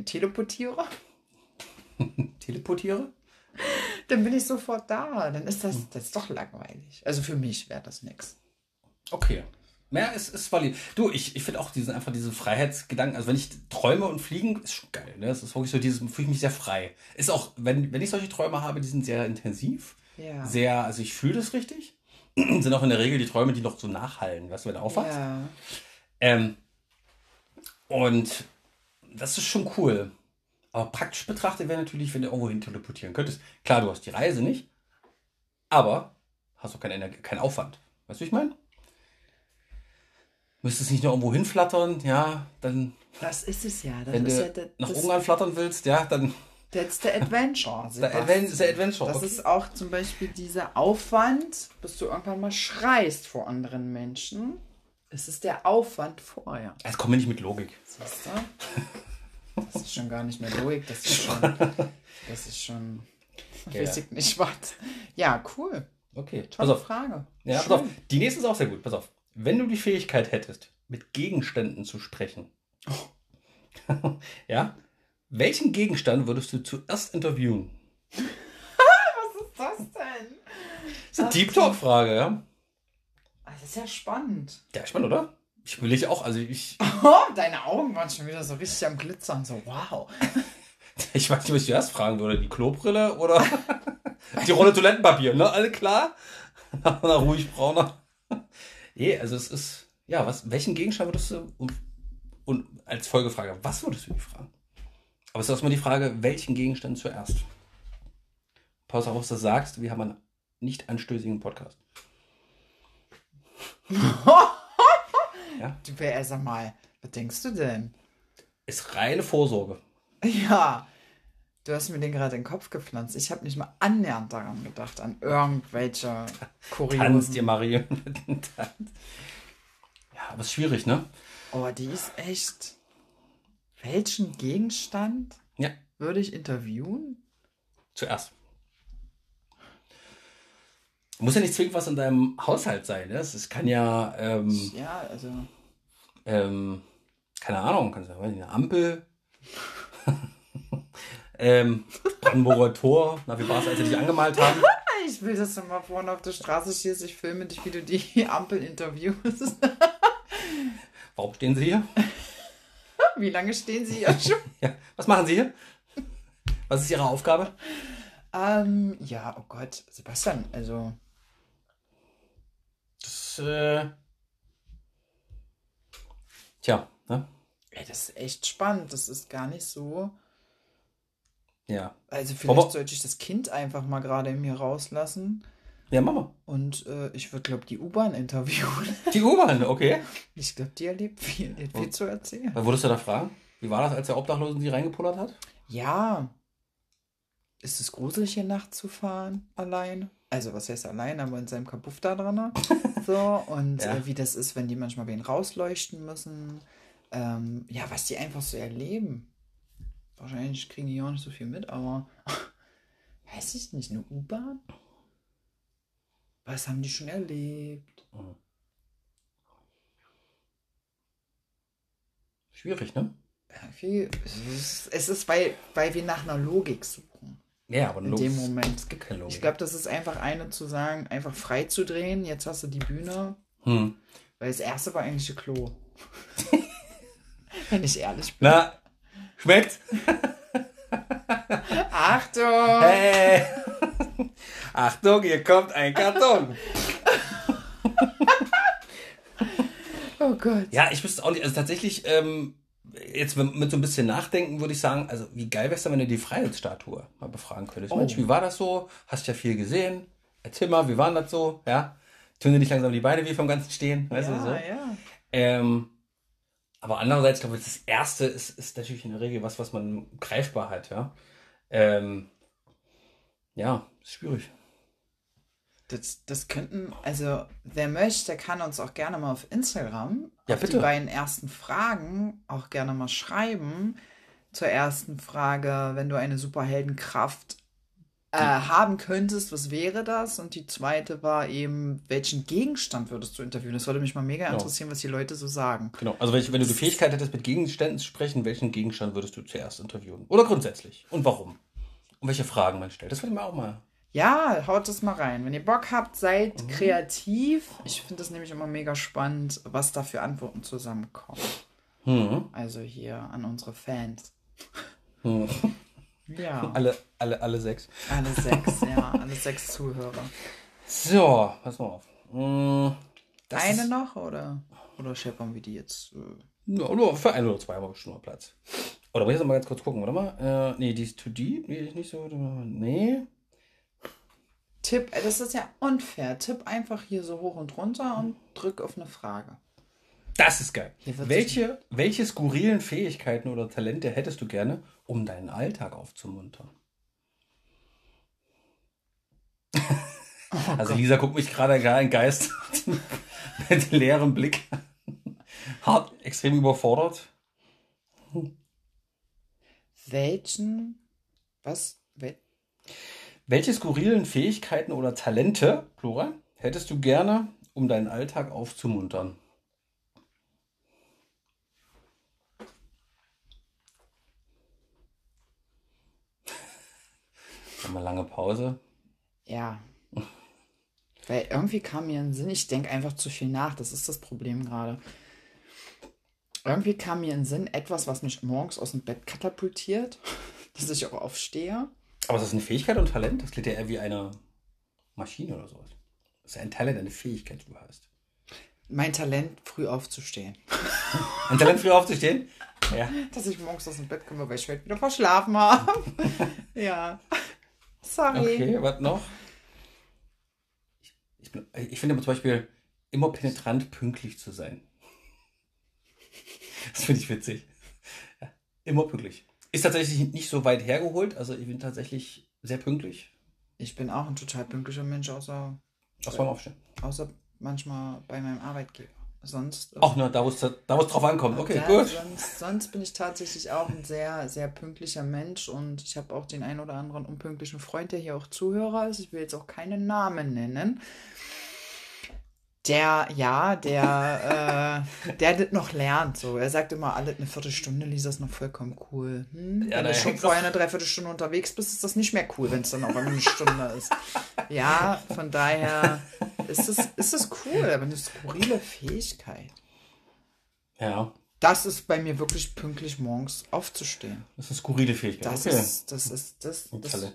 Teleportiere? dann bin ich sofort da. Dann ist das ist doch langweilig. Also für mich wäre das nix. Okay. Mehr ist valid. Du, ich finde auch diese Freiheitsgedanken, also wenn ich träume und fliegen, ist schon geil, ne? Das ist wirklich so fühle ich mich sehr frei. Ist auch, wenn ich solche Träume habe, die sind sehr intensiv. Ja. Sehr, also ich fühle das richtig. Sind auch in der Regel die Träume, die noch so nachhallen, weißt du, wenn du aufwachst. Ja. Und das ist schon cool. Aber praktisch betrachtet wäre natürlich, wenn du irgendwo hin teleportieren könntest. Klar, du hast die Reise nicht, aber hast auch keinen Aufwand. Weißt du, wie ich meine? Müsstest nicht nur irgendwo hinflattern, ja, dann. Das ist es ja. Das Wenn ist du ja nach Ungarn flattern willst, ja, dann. That's the Adventure. The Adventure. Das Okay. ist auch zum Beispiel dieser Aufwand, bis du irgendwann mal schreist vor anderen Menschen. Es ist der Aufwand vorher. Jetzt kommen wir nicht mit Logik. Siehst du? Das ist schon gar nicht mehr Logik. Das ist schon. Ja. Weiß ich nicht was. Ja, cool. Okay, pass Tolle auf. Frage. Ja, Schön. pass auf. Die nächste ist auch sehr gut. Pass auf. Wenn du die Fähigkeit hättest, mit Gegenständen zu sprechen, ja, welchen Gegenstand würdest du zuerst interviewen? Was ist das denn? Das ist eine Deep Talk-Frage, ja? Das ist ja spannend. Ja, spannend, oder? Ich will auch, also Oh, deine Augen waren schon wieder so richtig am Glitzern. So, wow. ich weiß nicht, was ich zuerst fragen würde. Die Klobrille oder die Rolle Toilettenpapier, ne? Alle klar? Na, ruhig brauner. Nee, also es ist, ja, welchen Gegenstand würdest du, und als Folgefrage, was würdest du die fragen? Aber es ist erstmal die Frage, welchen Gegenstand zuerst? Pass auf, was du sagst, wir haben einen nicht anstößigen Podcast. Ja? Du, sag mal, was denkst du denn? Ist reine Vorsorge. Ja, du hast mir den gerade in den Kopf gepflanzt. Ich habe nicht mal annähernd daran gedacht, an irgendwelche kuriosen... Tanzt dir Marionetten. Ja, aber ist schwierig, ne? Oh, die ist echt... Welchen Gegenstand Ja, würde ich interviewen? zuerst. Muss ja nicht zwingend was in deinem Haushalt sein, ne? Es kann ja, Ja, also... keine Ahnung, kannst du eine Ampel, Brandenburger Tor, na, wie war es, als sie dich angemalt haben? Ich will, dass du mal vorne auf der Straße stehst. Ich filme dich, wie du die Ampel interviewst. Warum stehen sie hier? Wie lange stehen sie hier schon? Ja, was machen sie hier? Was ist ihre Aufgabe? Ja, oh Gott, Sebastian, also... Das, tja, ne? Ey, das ist echt spannend. Das ist gar nicht so... Ja. Also vielleicht Aber- sollte ich das Kind einfach mal gerade in mir rauslassen. Ja, Mama. Und ich würde, glaube die U-Bahn interviewen. Die U-Bahn, okay. Ich glaube, die erlebt viel. Die hat viel zu erzählen. Was würdest du da fragen? Wie war das, als der Obdachlosen sie reingepullert hat? Ja. Ist es gruselig, hier nachts zu fahren? Allein? Also, was heißt allein? Aber in seinem Kabuff da dran. So. Und Ja. wie das ist, wenn die manchmal wen rausleuchten müssen. Ja, was die einfach so erleben. Wahrscheinlich kriegen die auch nicht so viel mit, aber weiß ich nicht, eine U-Bahn? Was haben die schon erlebt? Schwierig, ne? Irgendwie, es ist, weil wir nach einer Logik suchen. Ja, aber In dem Moment. Es gibt keine Logik. Ich glaube, das ist einfach eine zu sagen, einfach frei zu drehen. Jetzt hast du die Bühne. Hm. Weil das erste war eigentlich ein Klo. Wenn ich ehrlich bin. Na, schmeckt? Achtung! Hey! Achtung, hier kommt ein Karton. Oh Gott. Ja, ich wüsste auch nicht, also tatsächlich, jetzt mit so ein bisschen Nachdenken würde ich sagen, also wie geil wär's denn, wenn du die Freiheitsstatue mal befragen könntest. Mensch, wie war das so? Hast ja viel gesehen. Erzähl mal, wie war das so? Ja? Tun dir nicht langsam die Beine wie vom ganzen Stehen? Weißt du so? Ja. Ähm, aber andererseits, glaube ich, das Erste ist natürlich in der Regel was man greifbar hat, ja. Ähm, ja, ist schwierig. Das könnten, also wer möchte, kann uns auch gerne mal auf Instagram Ja, auf die bitte. beiden ersten Fragen auch gerne mal schreiben. Zur ersten Frage, wenn du eine Superheldenkraft haben könntest, was wäre das? Und die zweite war eben, welchen Gegenstand würdest du interviewen? Das würde mich mal mega Genau. interessieren, was die Leute so sagen. Genau. Also wenn du die Fähigkeit hättest, mit Gegenständen zu sprechen, welchen Gegenstand würdest du zuerst interviewen? Oder grundsätzlich? Und warum? Und welche Fragen man stellt? Das würde ich mir auch mal. Ja, haut das mal rein. Wenn ihr Bock habt, seid kreativ. Ich finde das nämlich immer mega spannend, was da für Antworten zusammenkommen. Hm. Also hier an unsere Fans. Hm. Ja, Alle 6. alle sechs Zuhörer. So, pass mal auf. Das Eine ist, noch oder scheppern wir die jetzt? ja, nur für ein oder zwei haben wir bestimmt noch Platz. Oder muss ich jetzt mal ganz kurz gucken, warte mal. Nee, die ist 2D. Nee, ist nicht so. Nee. Tipp, das ist ja unfair. Tipp einfach hier so hoch und runter und drück auf eine Frage. Das ist geil. Hier wird Welche skurrilen Fähigkeiten oder Talente hättest du gerne, um deinen Alltag aufzumuntern? Also Lisa guckt mich gerade gar entgeistert mit leerem Blick. Hart, extrem überfordert. Welchen, was? Welche skurrilen Fähigkeiten oder Talente, Plural, hättest du gerne, um deinen Alltag aufzumuntern? Mal lange Pause. Ja, weil irgendwie kam mir in den Sinn, ich denke einfach zu viel nach, das ist das Problem gerade. Irgendwie kam mir in den Sinn etwas, was mich morgens aus dem Bett katapultiert, dass ich auch aufstehe. Aber ist das eine Fähigkeit und Talent? Das klingt ja eher wie eine Maschine oder sowas. Das ist ja ein Talent, eine Fähigkeit, die du hast. Mein Talent, früh aufzustehen. Ein Talent, früh aufzustehen? Ja. Dass ich morgens aus dem Bett komme, weil ich heute wieder verschlafen habe. Ja, sorry. Okay, was noch? Ich finde aber zum Beispiel immer penetrant pünktlich zu sein. Das finde ich witzig. Ja, immer pünktlich. Ist tatsächlich nicht so weit hergeholt. Also ich bin tatsächlich sehr pünktlich. Ich bin auch ein total pünktlicher Mensch, Aus beim Aufstehen. außer manchmal bei meinem Arbeitgeber. Sonst, Ach, ne, da wo es drauf ankommt. Okay, gut. sonst bin ich tatsächlich auch ein sehr, sehr pünktlicher Mensch und ich habe auch den einen oder anderen unpünktlichen Freund, der hier auch Zuhörer ist. Ich will jetzt auch keinen Namen nennen. Der das noch lernt. So. Er sagt immer, alle eine Viertelstunde, Lisa, ist noch vollkommen cool. Ja, Wenn da du schon hängt vorher eine Dreiviertelstunde unterwegs bist, ist das nicht mehr cool, wenn es dann auch eine Stunde ist. Ja, von daher ist es cool, aber eine skurrile Fähigkeit. Ja, Das ist bei mir wirklich pünktlich morgens aufzustehen. das ist eine skurrile Fähigkeit. Das Okay. das Talent.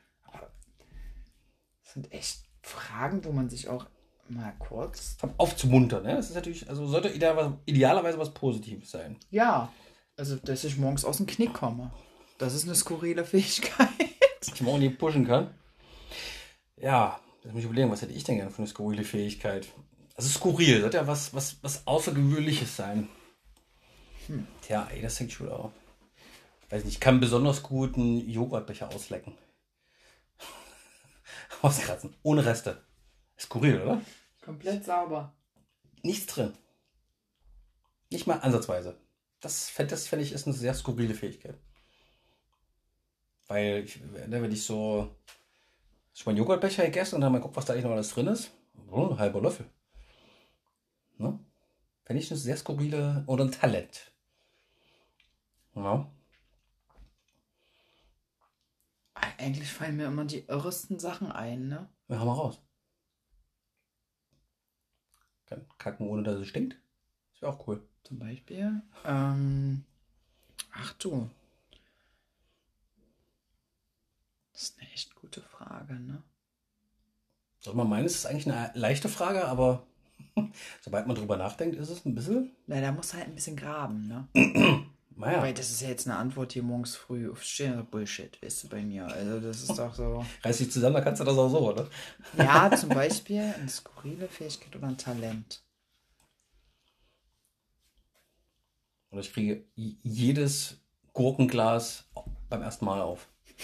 sind echt Fragen, wo man sich auch mal kurz. Aufzumuntern, ne? Das ist natürlich, also sollte idealerweise was Positives sein. Ja, also dass ich morgens aus dem Knick komme. Das ist eine skurrile Fähigkeit. Ich morgen nie pushen kann. Ja, lass mich überlegen, was hätte ich denn gerne für eine skurrile Fähigkeit? Also skurril, sollte ja was Außergewöhnliches sein. Tja, ey, das hängt schon auf. Weiß nicht, ich kann besonders gut einen Joghurtbecher auslecken. Auskratzen. Ohne Reste. Skurril, oder? Komplett sauber. Nichts drin. Nicht mal ansatzweise. Das fände ich ist eine sehr skurrile Fähigkeit. Weil, wenn ich so schon mal einen Joghurtbecher gegessen und dann mal guckt, was da eigentlich noch alles drin ist. Oh, ein halber Löffel. Ne? Fände ich eine sehr skurrile oder ein Talent. Ja. Eigentlich fallen mir immer die irresten Sachen ein, ne? Wir haben wir raus. Kann kacken, ohne dass es stinkt. Ist ja auch cool. Zum Beispiel. Ach du. Das ist eine echt gute Frage, ne? Soll man meinen, es ist eigentlich eine leichte Frage, aber sobald man drüber nachdenkt, ist es ein bisschen. Na, da muss halt ein bisschen graben, ne? Naja, Weil das ist ja jetzt eine Antwort hier morgens früh auf Bullshit, weißt du, bei mir. Also das ist doch so. reiß dich zusammen, da kannst du das auch so, oder? Ja, zum Beispiel eine skurrile Fähigkeit oder ein Talent. Oder ich kriege jedes Gurkenglas beim ersten Mal auf.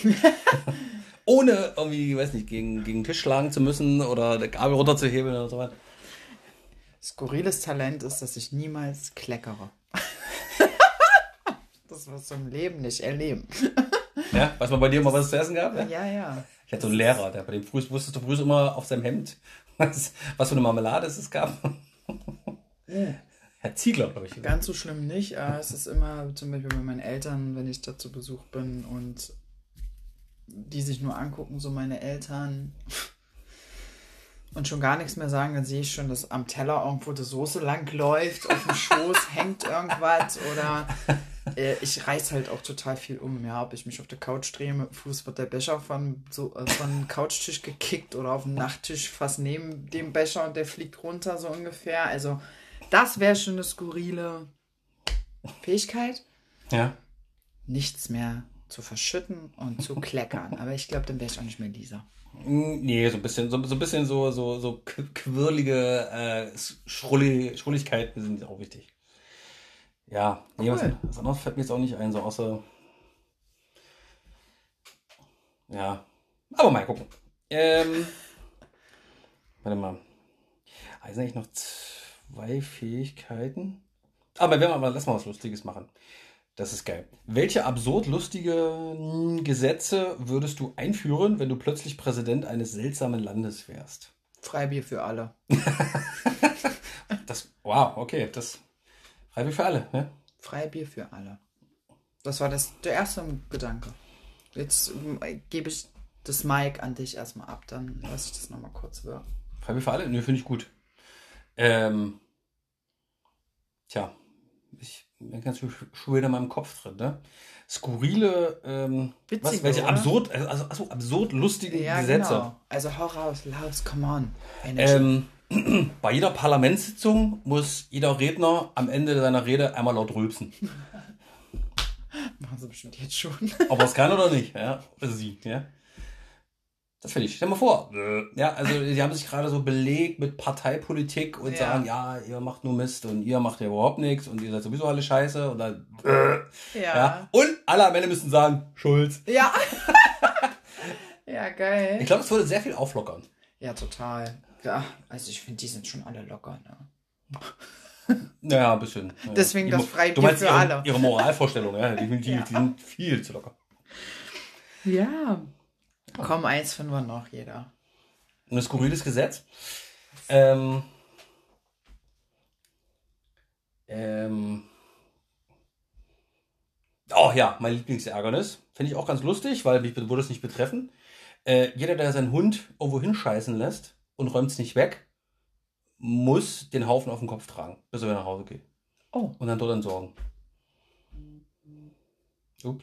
Ohne irgendwie, weiß nicht, gegen den Tisch schlagen zu müssen oder eine Gabel runterzuhebeln oder so was. Skurriles Talent ist, dass ich niemals kleckere. Das wirst du im Leben nicht erleben. Ja, weiß man bei dir mal was zu essen gab? Ja? Ja. Ich hatte so einen Lehrer, der bei dem wusstest du früh immer auf seinem Hemd, was für eine Marmelade es gab. Herr Ziegler, glaube ich. Ganz so schlimm nicht. Aber es ist immer zum Beispiel bei meinen Eltern, wenn ich da zu Besuch bin und die sich nur angucken, so meine Eltern, und schon gar nichts mehr sagen, dann sehe ich schon, dass am Teller irgendwo die Soße lang läuft, auf dem Schoß hängt irgendwas oder ich reiß halt auch total viel um. Ja, ob ich mich auf der Couch drehe, mit dem Fuß wird der Becher von Couchtisch gekickt oder auf dem Nachttisch fast neben dem Becher und der fliegt runter, so ungefähr. Also das wäre schon eine skurrile Fähigkeit. Ja. Nichts mehr zu verschütten und zu kleckern. Aber ich glaube, dann wäre ich auch nicht mehr Lisa. Nee, so ein bisschen quirlige Schrulligkeiten sind auch wichtig. Ja, nee, Cool. was anderes fällt mir jetzt auch nicht ein, so außer. Ja. Aber mal gucken. Warte mal. Also eigentlich noch 2 Fähigkeiten. Aber lass mal was Lustiges machen. Das ist geil. Welche absurd lustige Gesetze würdest du einführen, wenn du plötzlich Präsident eines seltsamen Landes wärst? Freibier für alle. Wow, okay, das Freibier für alle, ne? Freibier für alle. Das war der erste Gedanke. Jetzt gebe ich das Mic an dich erstmal ab, dann lasse ich das nochmal kurz wirken. Freibier für alle? Nö, finde ich gut. Tja, ich bin ganz schon wieder in meinem Kopf drin, ne? Skurrile, Witzige, welche oder? absurd lustige Ja, Gesetze. genau. Also hau raus, come on. Energy. Bei jeder Parlamentssitzung muss jeder Redner am Ende seiner Rede einmal laut rülpsen. Machen sie bestimmt jetzt schon. Ob er es kann oder nicht, ja? Oder sie, ja? Das finde ich. Stell dir mal vor. Ja, also die haben sich gerade so belegt mit Parteipolitik und Ja. sagen, ja, ihr macht nur Mist und ihr macht ja überhaupt nichts und ihr seid sowieso alle scheiße und dann, ja. Und alle am Ende müssen sagen, Schulz. Ja. Ja, geil. Ich glaube, es würde sehr viel auflockern. Ja, total. Ja, also ich finde, die sind schon alle locker, ne? Naja, ein bisschen. Ja. Deswegen das Freibier Du meinst für alle. ihre Moralvorstellungen, ja, die Ja. sind viel zu locker. Ja. Komm, eins finden wir noch, jeder. Ein skurriles Gesetz. Oh ja, mein Lieblingsärgernis. Finde ich auch ganz lustig, weil mich würde es nicht betreffen. Jeder, der seinen Hund irgendwo hinscheißen lässt und räumt es nicht weg, muss den Haufen auf den Kopf tragen, bis er wieder nach Hause geht. Oh. Und dann dort entsorgen. Ups.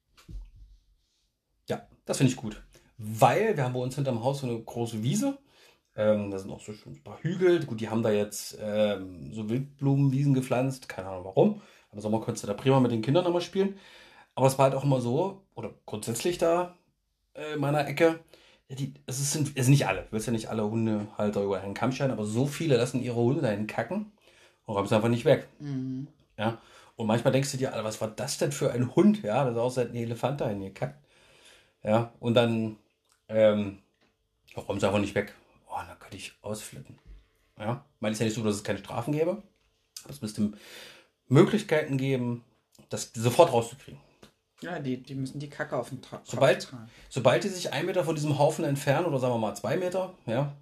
Ja, das finde ich gut. Weil wir haben bei uns hinterm Haus so eine große Wiese. Da sind auch so schön ein paar Hügel. Gut, die haben da jetzt so Wildblumenwiesen gepflanzt. Keine Ahnung warum. Im Sommer konntest du da prima mit den Kindern nochmal spielen. Aber es war halt auch immer so, oder grundsätzlich da in meiner Ecke, ja, es sind nicht alle. Du willst ja nicht alle Hundehalter über einen Kamm scheren, aber so viele lassen ihre Hunde dahin kacken und räumen es einfach nicht weg. Mhm. Ja? Und manchmal denkst du dir, Alter, was war das denn für ein Hund? Ja, das aussieht ein Elefant dahin gekackt. Ja, und dann räumen sie einfach nicht weg. Oh, da könnte ich ausflippen. Ja, ich meine, es ist ja nicht so, dass es keine Strafen gäbe. Aber es müsste Möglichkeiten geben, das sofort rauszukriegen. Ja, die müssen die Kacke auf den Kopf Sobald, tragen. sobald die sich 1 Meter von diesem Haufen entfernen, oder sagen wir mal 2 Meter, ja,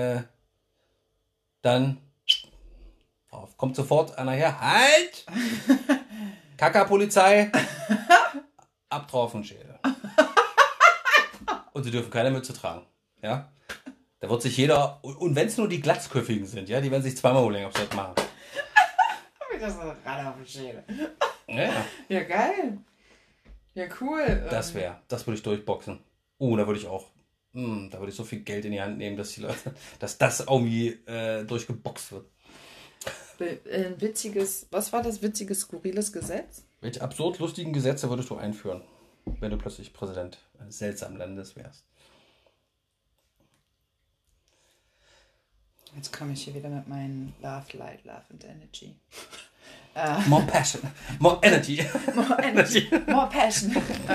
dann kommt sofort einer her. Halt! Kackerpolizei! Ab drauf und Schädel. Und sie dürfen keine Mütze tragen. Ja? Da wird sich jeder, und wenn es nur die Glatzköpfigen sind, ja, die werden sich zweimal länger aufs Set machen. Das ist gerade auf den Schädel. Ja, Ja, geil. Ja, cool. das würde ich durchboxen. Oh, da würde ich auch. Da würde ich so viel Geld in die Hand nehmen, dass die Leute, dass das irgendwie durchgeboxt wird. Ein witziges, was war das witziges, skurriles Gesetz? Welche absurd lustigen Gesetze würdest du einführen, wenn du plötzlich Präsident eines seltsamen Landes wärst? Jetzt komme ich hier wieder mit meinen Love, Light, Love and Energy. More passion, more energy. More Energy, more Passion.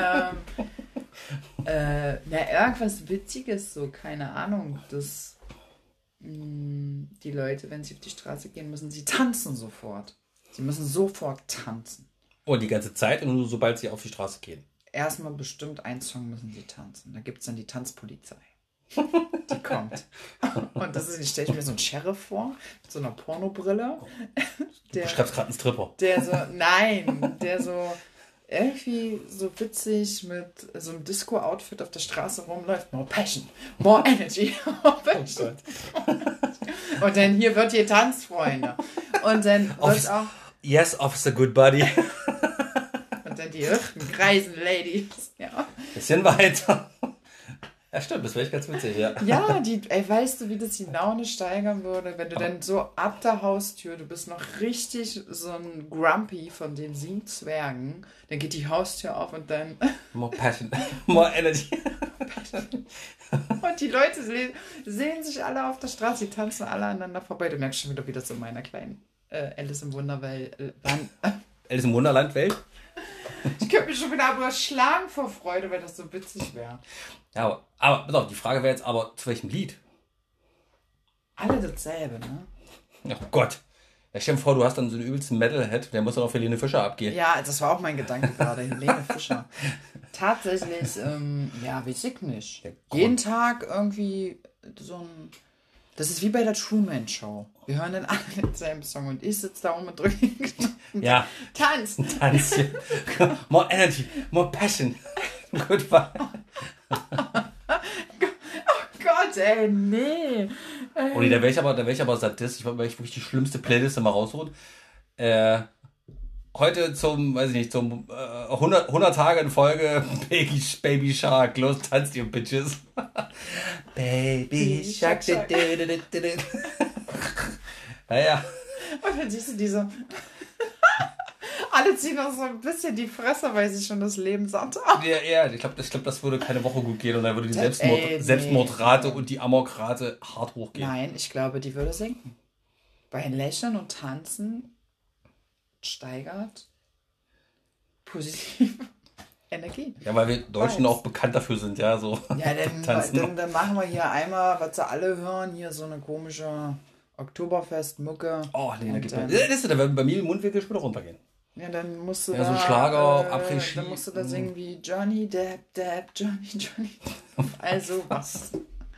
Irgendwas Witziges, so, keine Ahnung, dass die Leute, wenn sie auf die Straße gehen, müssen sie tanzen sofort. Sie müssen sofort tanzen. Oh, die ganze Zeit und nur sobald sie auf die Straße gehen. Erstmal bestimmt einen Song müssen sie tanzen. Da gibt es dann die Tanzpolizei. Die kommt. Und das ist, ich stelle mir so einen Sheriff vor, mit so einer Pornobrille. Du beschreibst gerade einen Stripper. Der so irgendwie so witzig mit so einem Disco-Outfit auf der Straße rumläuft. More Passion, more Energy, more Passion. Und dann hier wird getanzt, Freunde. Und dann wird auch... Yes, Officer Goodbody. Und dann die Hüften kreisen, Ladies. Ja. Bisschen weiter. Ja, stimmt, das wäre echt ganz witzig, ja. Ja, weißt du, wie das die Laune steigern würde, wenn du dann so ab der Haustür, du bist noch richtig so ein Grumpy von den 7 Zwergen, dann geht die Haustür auf und dann... More passion, more energy. Und die Leute sehen sich alle auf der Straße, die tanzen alle aneinander vorbei. Du merkst schon wieder, wie das in meiner kleinen Alice im Wunderwelt... Alice im Wunderland Welt? Ich könnte mich schon wieder überschlagen vor Freude, weil das so witzig wäre. Ja, aber pass auf, die Frage wäre jetzt aber, zu welchem Lied? Alle dasselbe, ne? Oh Gott. Ja, stell dir vor, du hast dann so einen übelsten Metalhead, der muss dann auf Helene Fischer abgehen. Ja, das war auch mein Gedanke gerade, Helene Fischer. Tatsächlich, weiß ich nicht. Jeden Tag irgendwie so ein... Das ist wie bei der Truman Show. Wir hören dann alle denselben Song und ich sitze da rum und drücke Ja. Tanz. Tanz. More energy, more passion. Goodbye. Oh Gott, ey, nee. Oh nee, da wäre ich aber Sadist. Ich wollte wirklich die schlimmste Playlist mal rausholen. Heute zum 100 Tage in Folge Baby Shark. Los, tanzt ihr Bitches. Baby Shark. Naja. Und dann siehst du diese... Alle ziehen noch so ein bisschen die Fresse, weil sie schon das Leben satt haben. Ja, ich glaube, das würde keine Woche gut gehen und dann würde die Nee. Selbstmordrate und die Amokrate hart hochgehen. Nein, ich glaube, die würde sinken. Weil Lächeln und Tanzen steigert positive Energie. Ja, weil wir Deutschen auch bekannt dafür sind, ja, so. Ja, tanzen. dann machen wir hier einmal, was sie alle hören, hier so eine komische Oktoberfest-Mucke. Oh, nee, da Und geht man. Da wird bei mir im Mundwinkel schon wieder runtergehen. Ja, dann musst du Ja, so Schlager, Après-Ski. dann musst du da singen wie Johnny Depp, Depp, Johnny. Also was.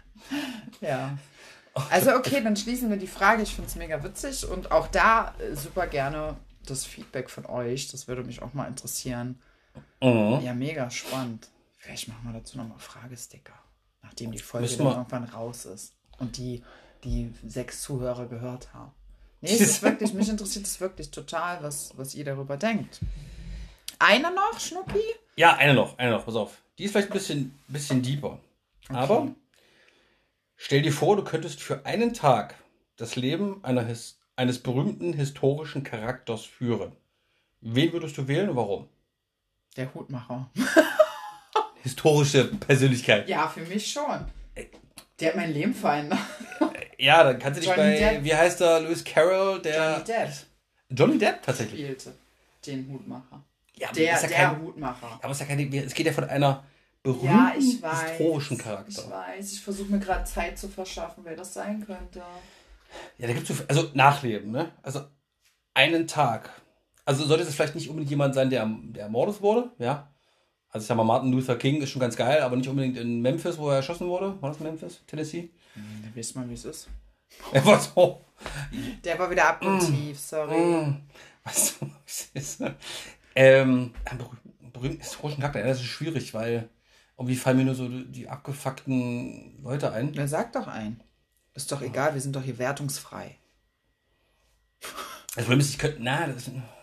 Ja. Also okay, dann schließen wir die Frage. Ich finde es mega witzig und auch da super gerne das Feedback von euch. Das würde mich auch mal interessieren. Mhm. Ja, mega spannend. Vielleicht machen wir dazu nochmal Fragesticker, nachdem die Folge Müssen dann wir- irgendwann raus ist und die 6 Zuhörer gehört haben. Nee, es ist wirklich, mich interessiert es wirklich total, was ihr darüber denkt. Einer noch, Schnucki? Ja, eine noch, pass auf. Die ist vielleicht ein bisschen deeper. Aber stell dir vor, du könntest für einen Tag das Leben eines berühmten historischen Charakters führen. Wen würdest du wählen und warum? Der Hutmacher. Historische Persönlichkeit. Ja, für mich schon. Der hat mein Leben verändert. Ja, dann kannst du dich Johnny bei, Depp. wie heißt der, Lewis Carroll, der... Johnny Depp Johnny Depp tatsächlich. spielte den Hutmacher. Ja, aber Der ist ja kein, Hutmacher. aber ist ja keine, es geht ja von einer berühmten Ja, ich weiß. historischen Charakter. Ich weiß. Ich versuche mir gerade Zeit zu verschaffen, wer das sein könnte. Ja, da gibt es also Nachleben, ne? Also einen Tag. Also sollte es vielleicht nicht unbedingt jemand sein, der ermordet wurde, ja? Also ich sag mal, Martin Luther King ist schon ganz geil, aber nicht unbedingt in Memphis, wo er erschossen wurde. War das Memphis? Tennessee? Da wisst man, wie es ist. Er war so. Der war wieder abgrundtief, sorry. Was ist das? Einen berühmten historischen Charakter, ja, das ist schwierig, weil irgendwie fallen mir nur so die abgefuckten Leute ein. Na, sag doch ein. Ist doch egal, wir sind doch hier wertungsfrei. Das Problem ist, ich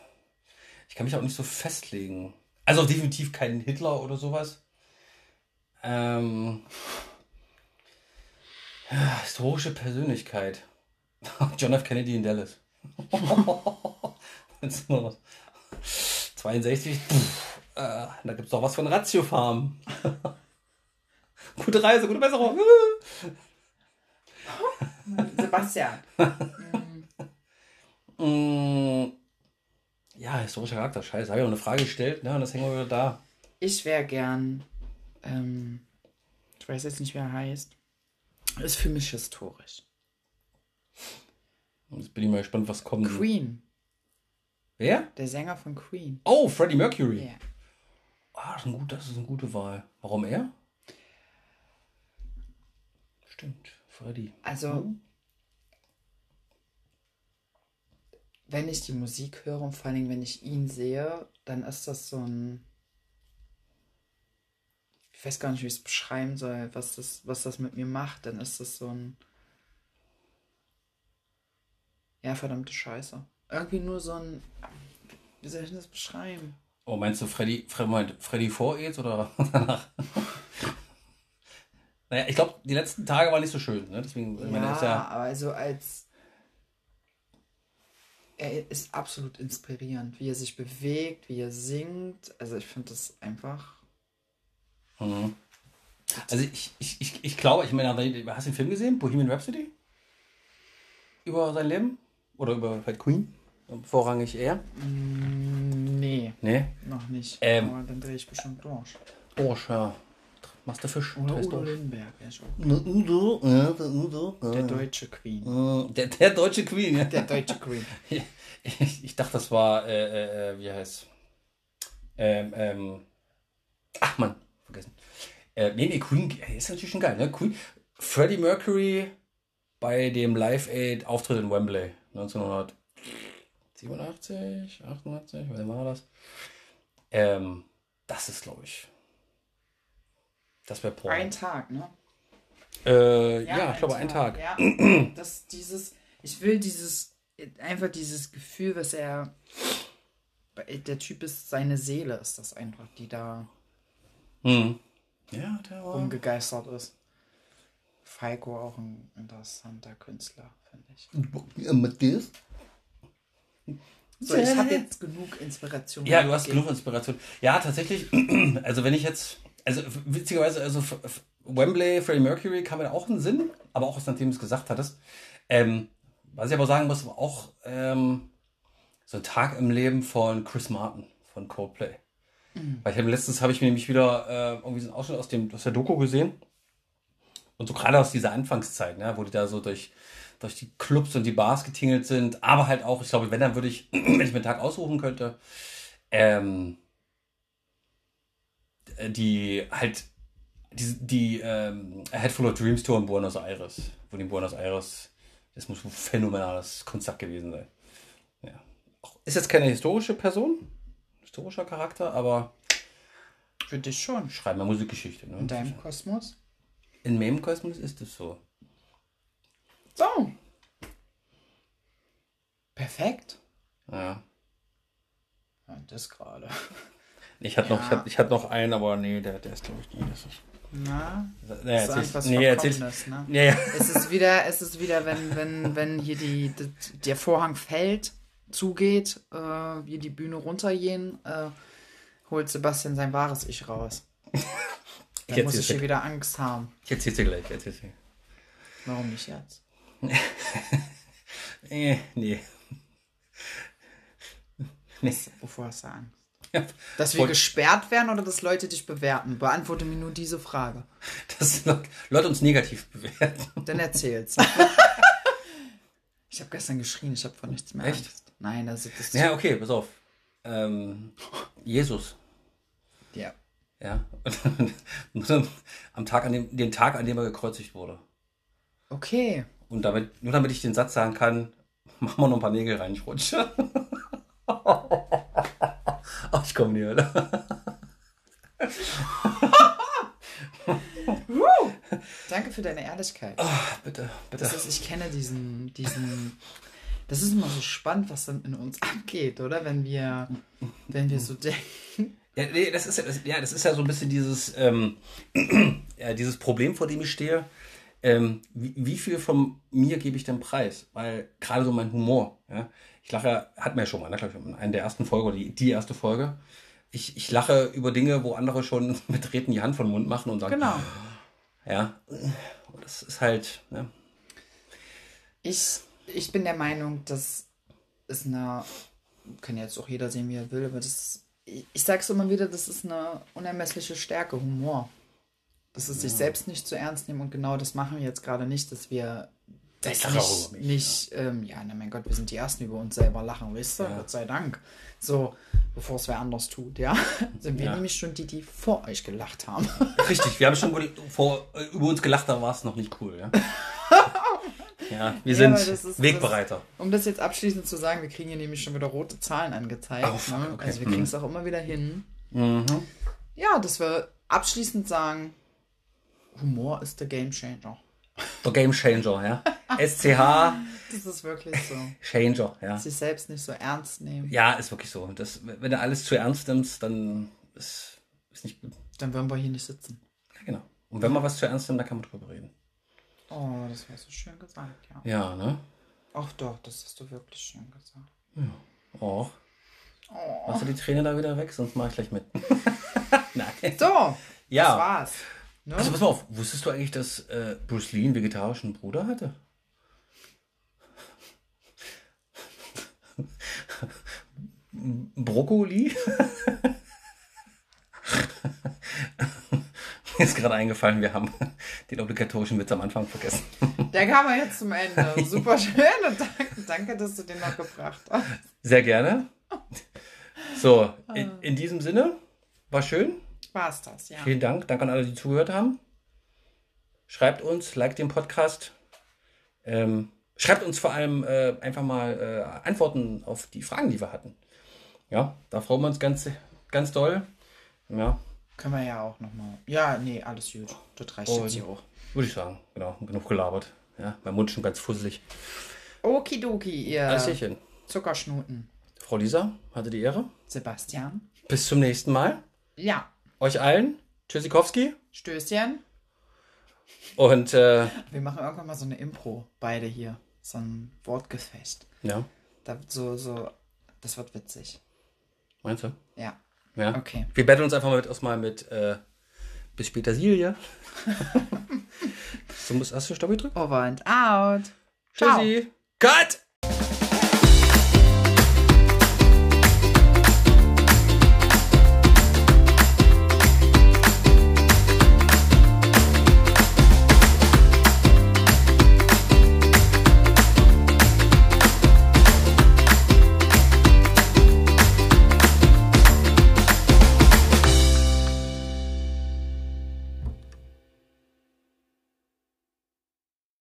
kann mich auch nicht so festlegen. Also definitiv keinen Hitler oder sowas. Historische Persönlichkeit. John F. Kennedy in Dallas. Jetzt nur was. 62. Da gibt es doch was von Ratiofarm. Gute Reise, gute Besserung. Sebastian. Ja, historischer Charakter. Scheiße, habe ich auch eine Frage gestellt, ne? Und das hängen wir wieder da. Ich wäre gern, ich weiß jetzt nicht, wie er heißt. Ist für mich historisch. Jetzt bin ich mal gespannt, was kommt. Queen. Wer? Der Sänger von Queen. Oh, Freddie Mercury. Ja. Das ist eine gute Wahl. Warum er? Stimmt, Freddie. Also, wenn ich die Musik höre und vor allen Dingen, wenn ich ihn sehe, dann ist das so ein... Ich weiß gar nicht, wie ich es beschreiben soll, was das mit mir macht. Dann ist das so ein... Ja, verdammte Scheiße. Irgendwie nur so ein... Wie soll ich das beschreiben? Oh, meinst du Freddy vor AIDS oder danach? Naja, ich glaube, die letzten Tage waren nicht so schön, ne? Deswegen, ich meine, er ist ja... aber also als... Er ist absolut inspirierend, wie er sich bewegt, wie er singt. Also ich finde das einfach... Mhm. Also ich glaube, ich meine, hast du den Film gesehen? Bohemian Rhapsody? Über sein Leben? Oder über halt Queen? Vorrangig er? Nee, Nee? noch nicht. Ähm. Aber dann drehe ich bestimmt durch. Dorsch, ja. Machst du Fisch? Oder Drehst Udo durch. Lindenberg. Ja, schon. Udo, ja, der Udo. Der deutsche Queen. Der deutsche Queen, ja. Der deutsche Queen. Ich dachte, das war, wie heißt ach man, vergessen. Nee, Queen, ist natürlich schon geil, ne? Queen, Freddie Mercury bei dem Live Aid Auftritt in Wembley 1987, 88, wann war das? Das ist, glaube ich, das wäre Porno. Ein Tag, ne? Ja, ich glaube, ein Tag. Ja, ich will einfach dieses Gefühl, was der Typ ist, seine Seele ist das einfach, die da Ja, der war... rumgegeistert ist. Falco auch ein interessanter Künstler, finde ich. Matthias? So, ich habe jetzt genug Inspiration. Ja, du hast genug Inspiration. Ja, tatsächlich, also wenn ich jetzt, also witzigerweise, also Wembley, Freddie Mercury kam mir auch in den Sinn, aber auch, nachdem du es gesagt hattest. Was ich aber sagen muss, war auch so ein Tag im Leben von Chris Martin, von Coldplay. Weil letztens habe ich mir nämlich wieder irgendwie so einen Ausschnitt aus der Doku gesehen. Und so gerade aus dieser Anfangszeit, ne, wo die da so durch die Clubs und die Bars getingelt sind, aber halt auch, ich glaube, wenn, dann würde ich, wenn ich mir einen Tag aussuchen könnte, die A Head Full of Dreams Tour in Buenos Aires, wo die in Buenos Aires, das muss ein phänomenales Kunstwerk gewesen sein. Ja. Ist jetzt keine historischer Charakter, aber Für dich schon. schreiben wir Musikgeschichte. Ne? In deinem Kosmos? In meinem Kosmos ist es so. So. Perfekt. Ja. Ja, das gerade. Ich hatte noch einen, aber nee, der ist, glaube ich, nie. Das ist... Na, Nee, so etwas erzähl's. Verkommenes, ne? Ja, ja. Es ist wieder, wenn hier der Vorhang fällt, zugeht, wir die Bühne runtergehen, holt Sebastian sein wahres Ich raus. Dann muss ich hier wieder Angst haben. Ich erzähl's dir gleich. Warum nicht jetzt? Nee. Wovor hast du Angst? Ja, Dass wir gesperrt werden oder dass Leute dich bewerten? Beantworte mir nur diese Frage. dass Leute uns negativ bewerten. Dann erzähl's. Ich habe gestern geschrien, ich habe von nichts mehr Echt? Angst. Nein, das ist Ja, okay, pass auf. Jesus. Ja. Ja. Den Tag, an dem er gekreuzigt wurde. Okay. Und nur damit ich den Satz sagen kann, machen wir noch ein paar Nägel rein, ich rutsche. Ach, ich komme nie, oder? Danke für deine Ehrlichkeit. Oh, bitte. Ich kenne diesen. Das ist immer so spannend, was dann in uns abgeht, oder? Wenn wir so denken. Ja, nee, das ist ja so ein bisschen dieses, ja, dieses Problem, vor dem ich stehe. Wie viel von mir gebe ich denn preis? Weil gerade so mein Humor, ja, ich lache, hatten wir ja schon mal, ne, glaube ich, in einer der ersten Folge oder die erste Folge. Ich lache über Dinge, wo andere schon mit Treten die Hand von den Mund machen und sagen, Genau. ja, und das ist halt, ne? Ich bin der Meinung, das ist kann jetzt auch jeder sehen, wie er will, aber ich sage es immer wieder, das ist eine unermessliche Stärke, Humor. Das ist sich selbst nicht zu ernst nehmen und genau das machen wir jetzt gerade nicht, dass wir Ich lache auch über mich, na mein Gott, wir sind die Ersten, die über uns selber lachen, weißt du, Ja. Gott sei Dank. So, bevor es wer anders tut, ja, sind wir Ja. nämlich schon die vor euch gelacht haben. Richtig, wir haben schon über uns gelacht, da war es noch nicht cool, ja. Ja, wir Ja, aber sind das ist- Wegbereiter. Um das jetzt abschließend zu sagen, wir kriegen hier nämlich schon wieder rote Zahlen angezeigt. Oh, fuck, Ne? okay. Also wir kriegen es auch immer wieder hin. Mhm. Ja, dass wir abschließend sagen, Humor ist der Game Changer. Der Game Changer, ja. SCH Das ist wirklich so. Changer, ja. Sich selbst nicht so ernst nehmen. Ja, ist wirklich so. Wenn du alles zu ernst nimmst, dann ist nicht gut. Dann würden wir hier nicht sitzen. Ja, genau. Und wenn man was zu ernst nimmt, dann kann man drüber reden. Oh, das war so schön gesagt, ja. Ja, ne? Ach doch, das hast du wirklich schön gesagt. Och. Machst du die Träne da wieder weg? Sonst mache ich gleich mit. Nein. So, Ja. das war's. Ne? Also pass mal auf, wusstest du eigentlich, dass Bruce Lee einen vegetarischen Bruder hatte? Brokkoli? Mir ist gerade eingefallen, wir haben den obligatorischen Witz am Anfang vergessen. Der kam ja jetzt zum Ende. Super schön und danke, dass du den noch gebracht hast. Sehr gerne. So, in diesem Sinne, war schön. War's das, ja. Vielen Dank. Danke an alle, die zugehört haben. Schreibt uns, liked den Podcast. Schreibt uns vor allem einfach mal Antworten auf die Fragen, die wir hatten. Ja, da freuen wir uns ganz, ganz doll. Ja, Können wir ja auch nochmal. Ja, nee, alles gut. Das reicht jetzt hier auch. würde ich sagen. Genau, genug gelabert. Ja, mein Mund schon ganz fusselig. Okidoki, ihr Alles Tierchen. Zuckerschnuten. Frau Lisa, hatte die Ehre. Sebastian. Bis zum nächsten Mal. Ja, Euch allen. Tschüssikowski. Stößchen. Und Wir machen irgendwann mal so eine Impro, beide hier. So ein Wortgefecht. ja, Das wird witzig. meinst du? Ja, Ja. okay. Wir betteln uns einfach mal erstmal mit bis später Silje. Hast du Stopp gedrückt? Over and out. Ciao. Tschüssi. Cut!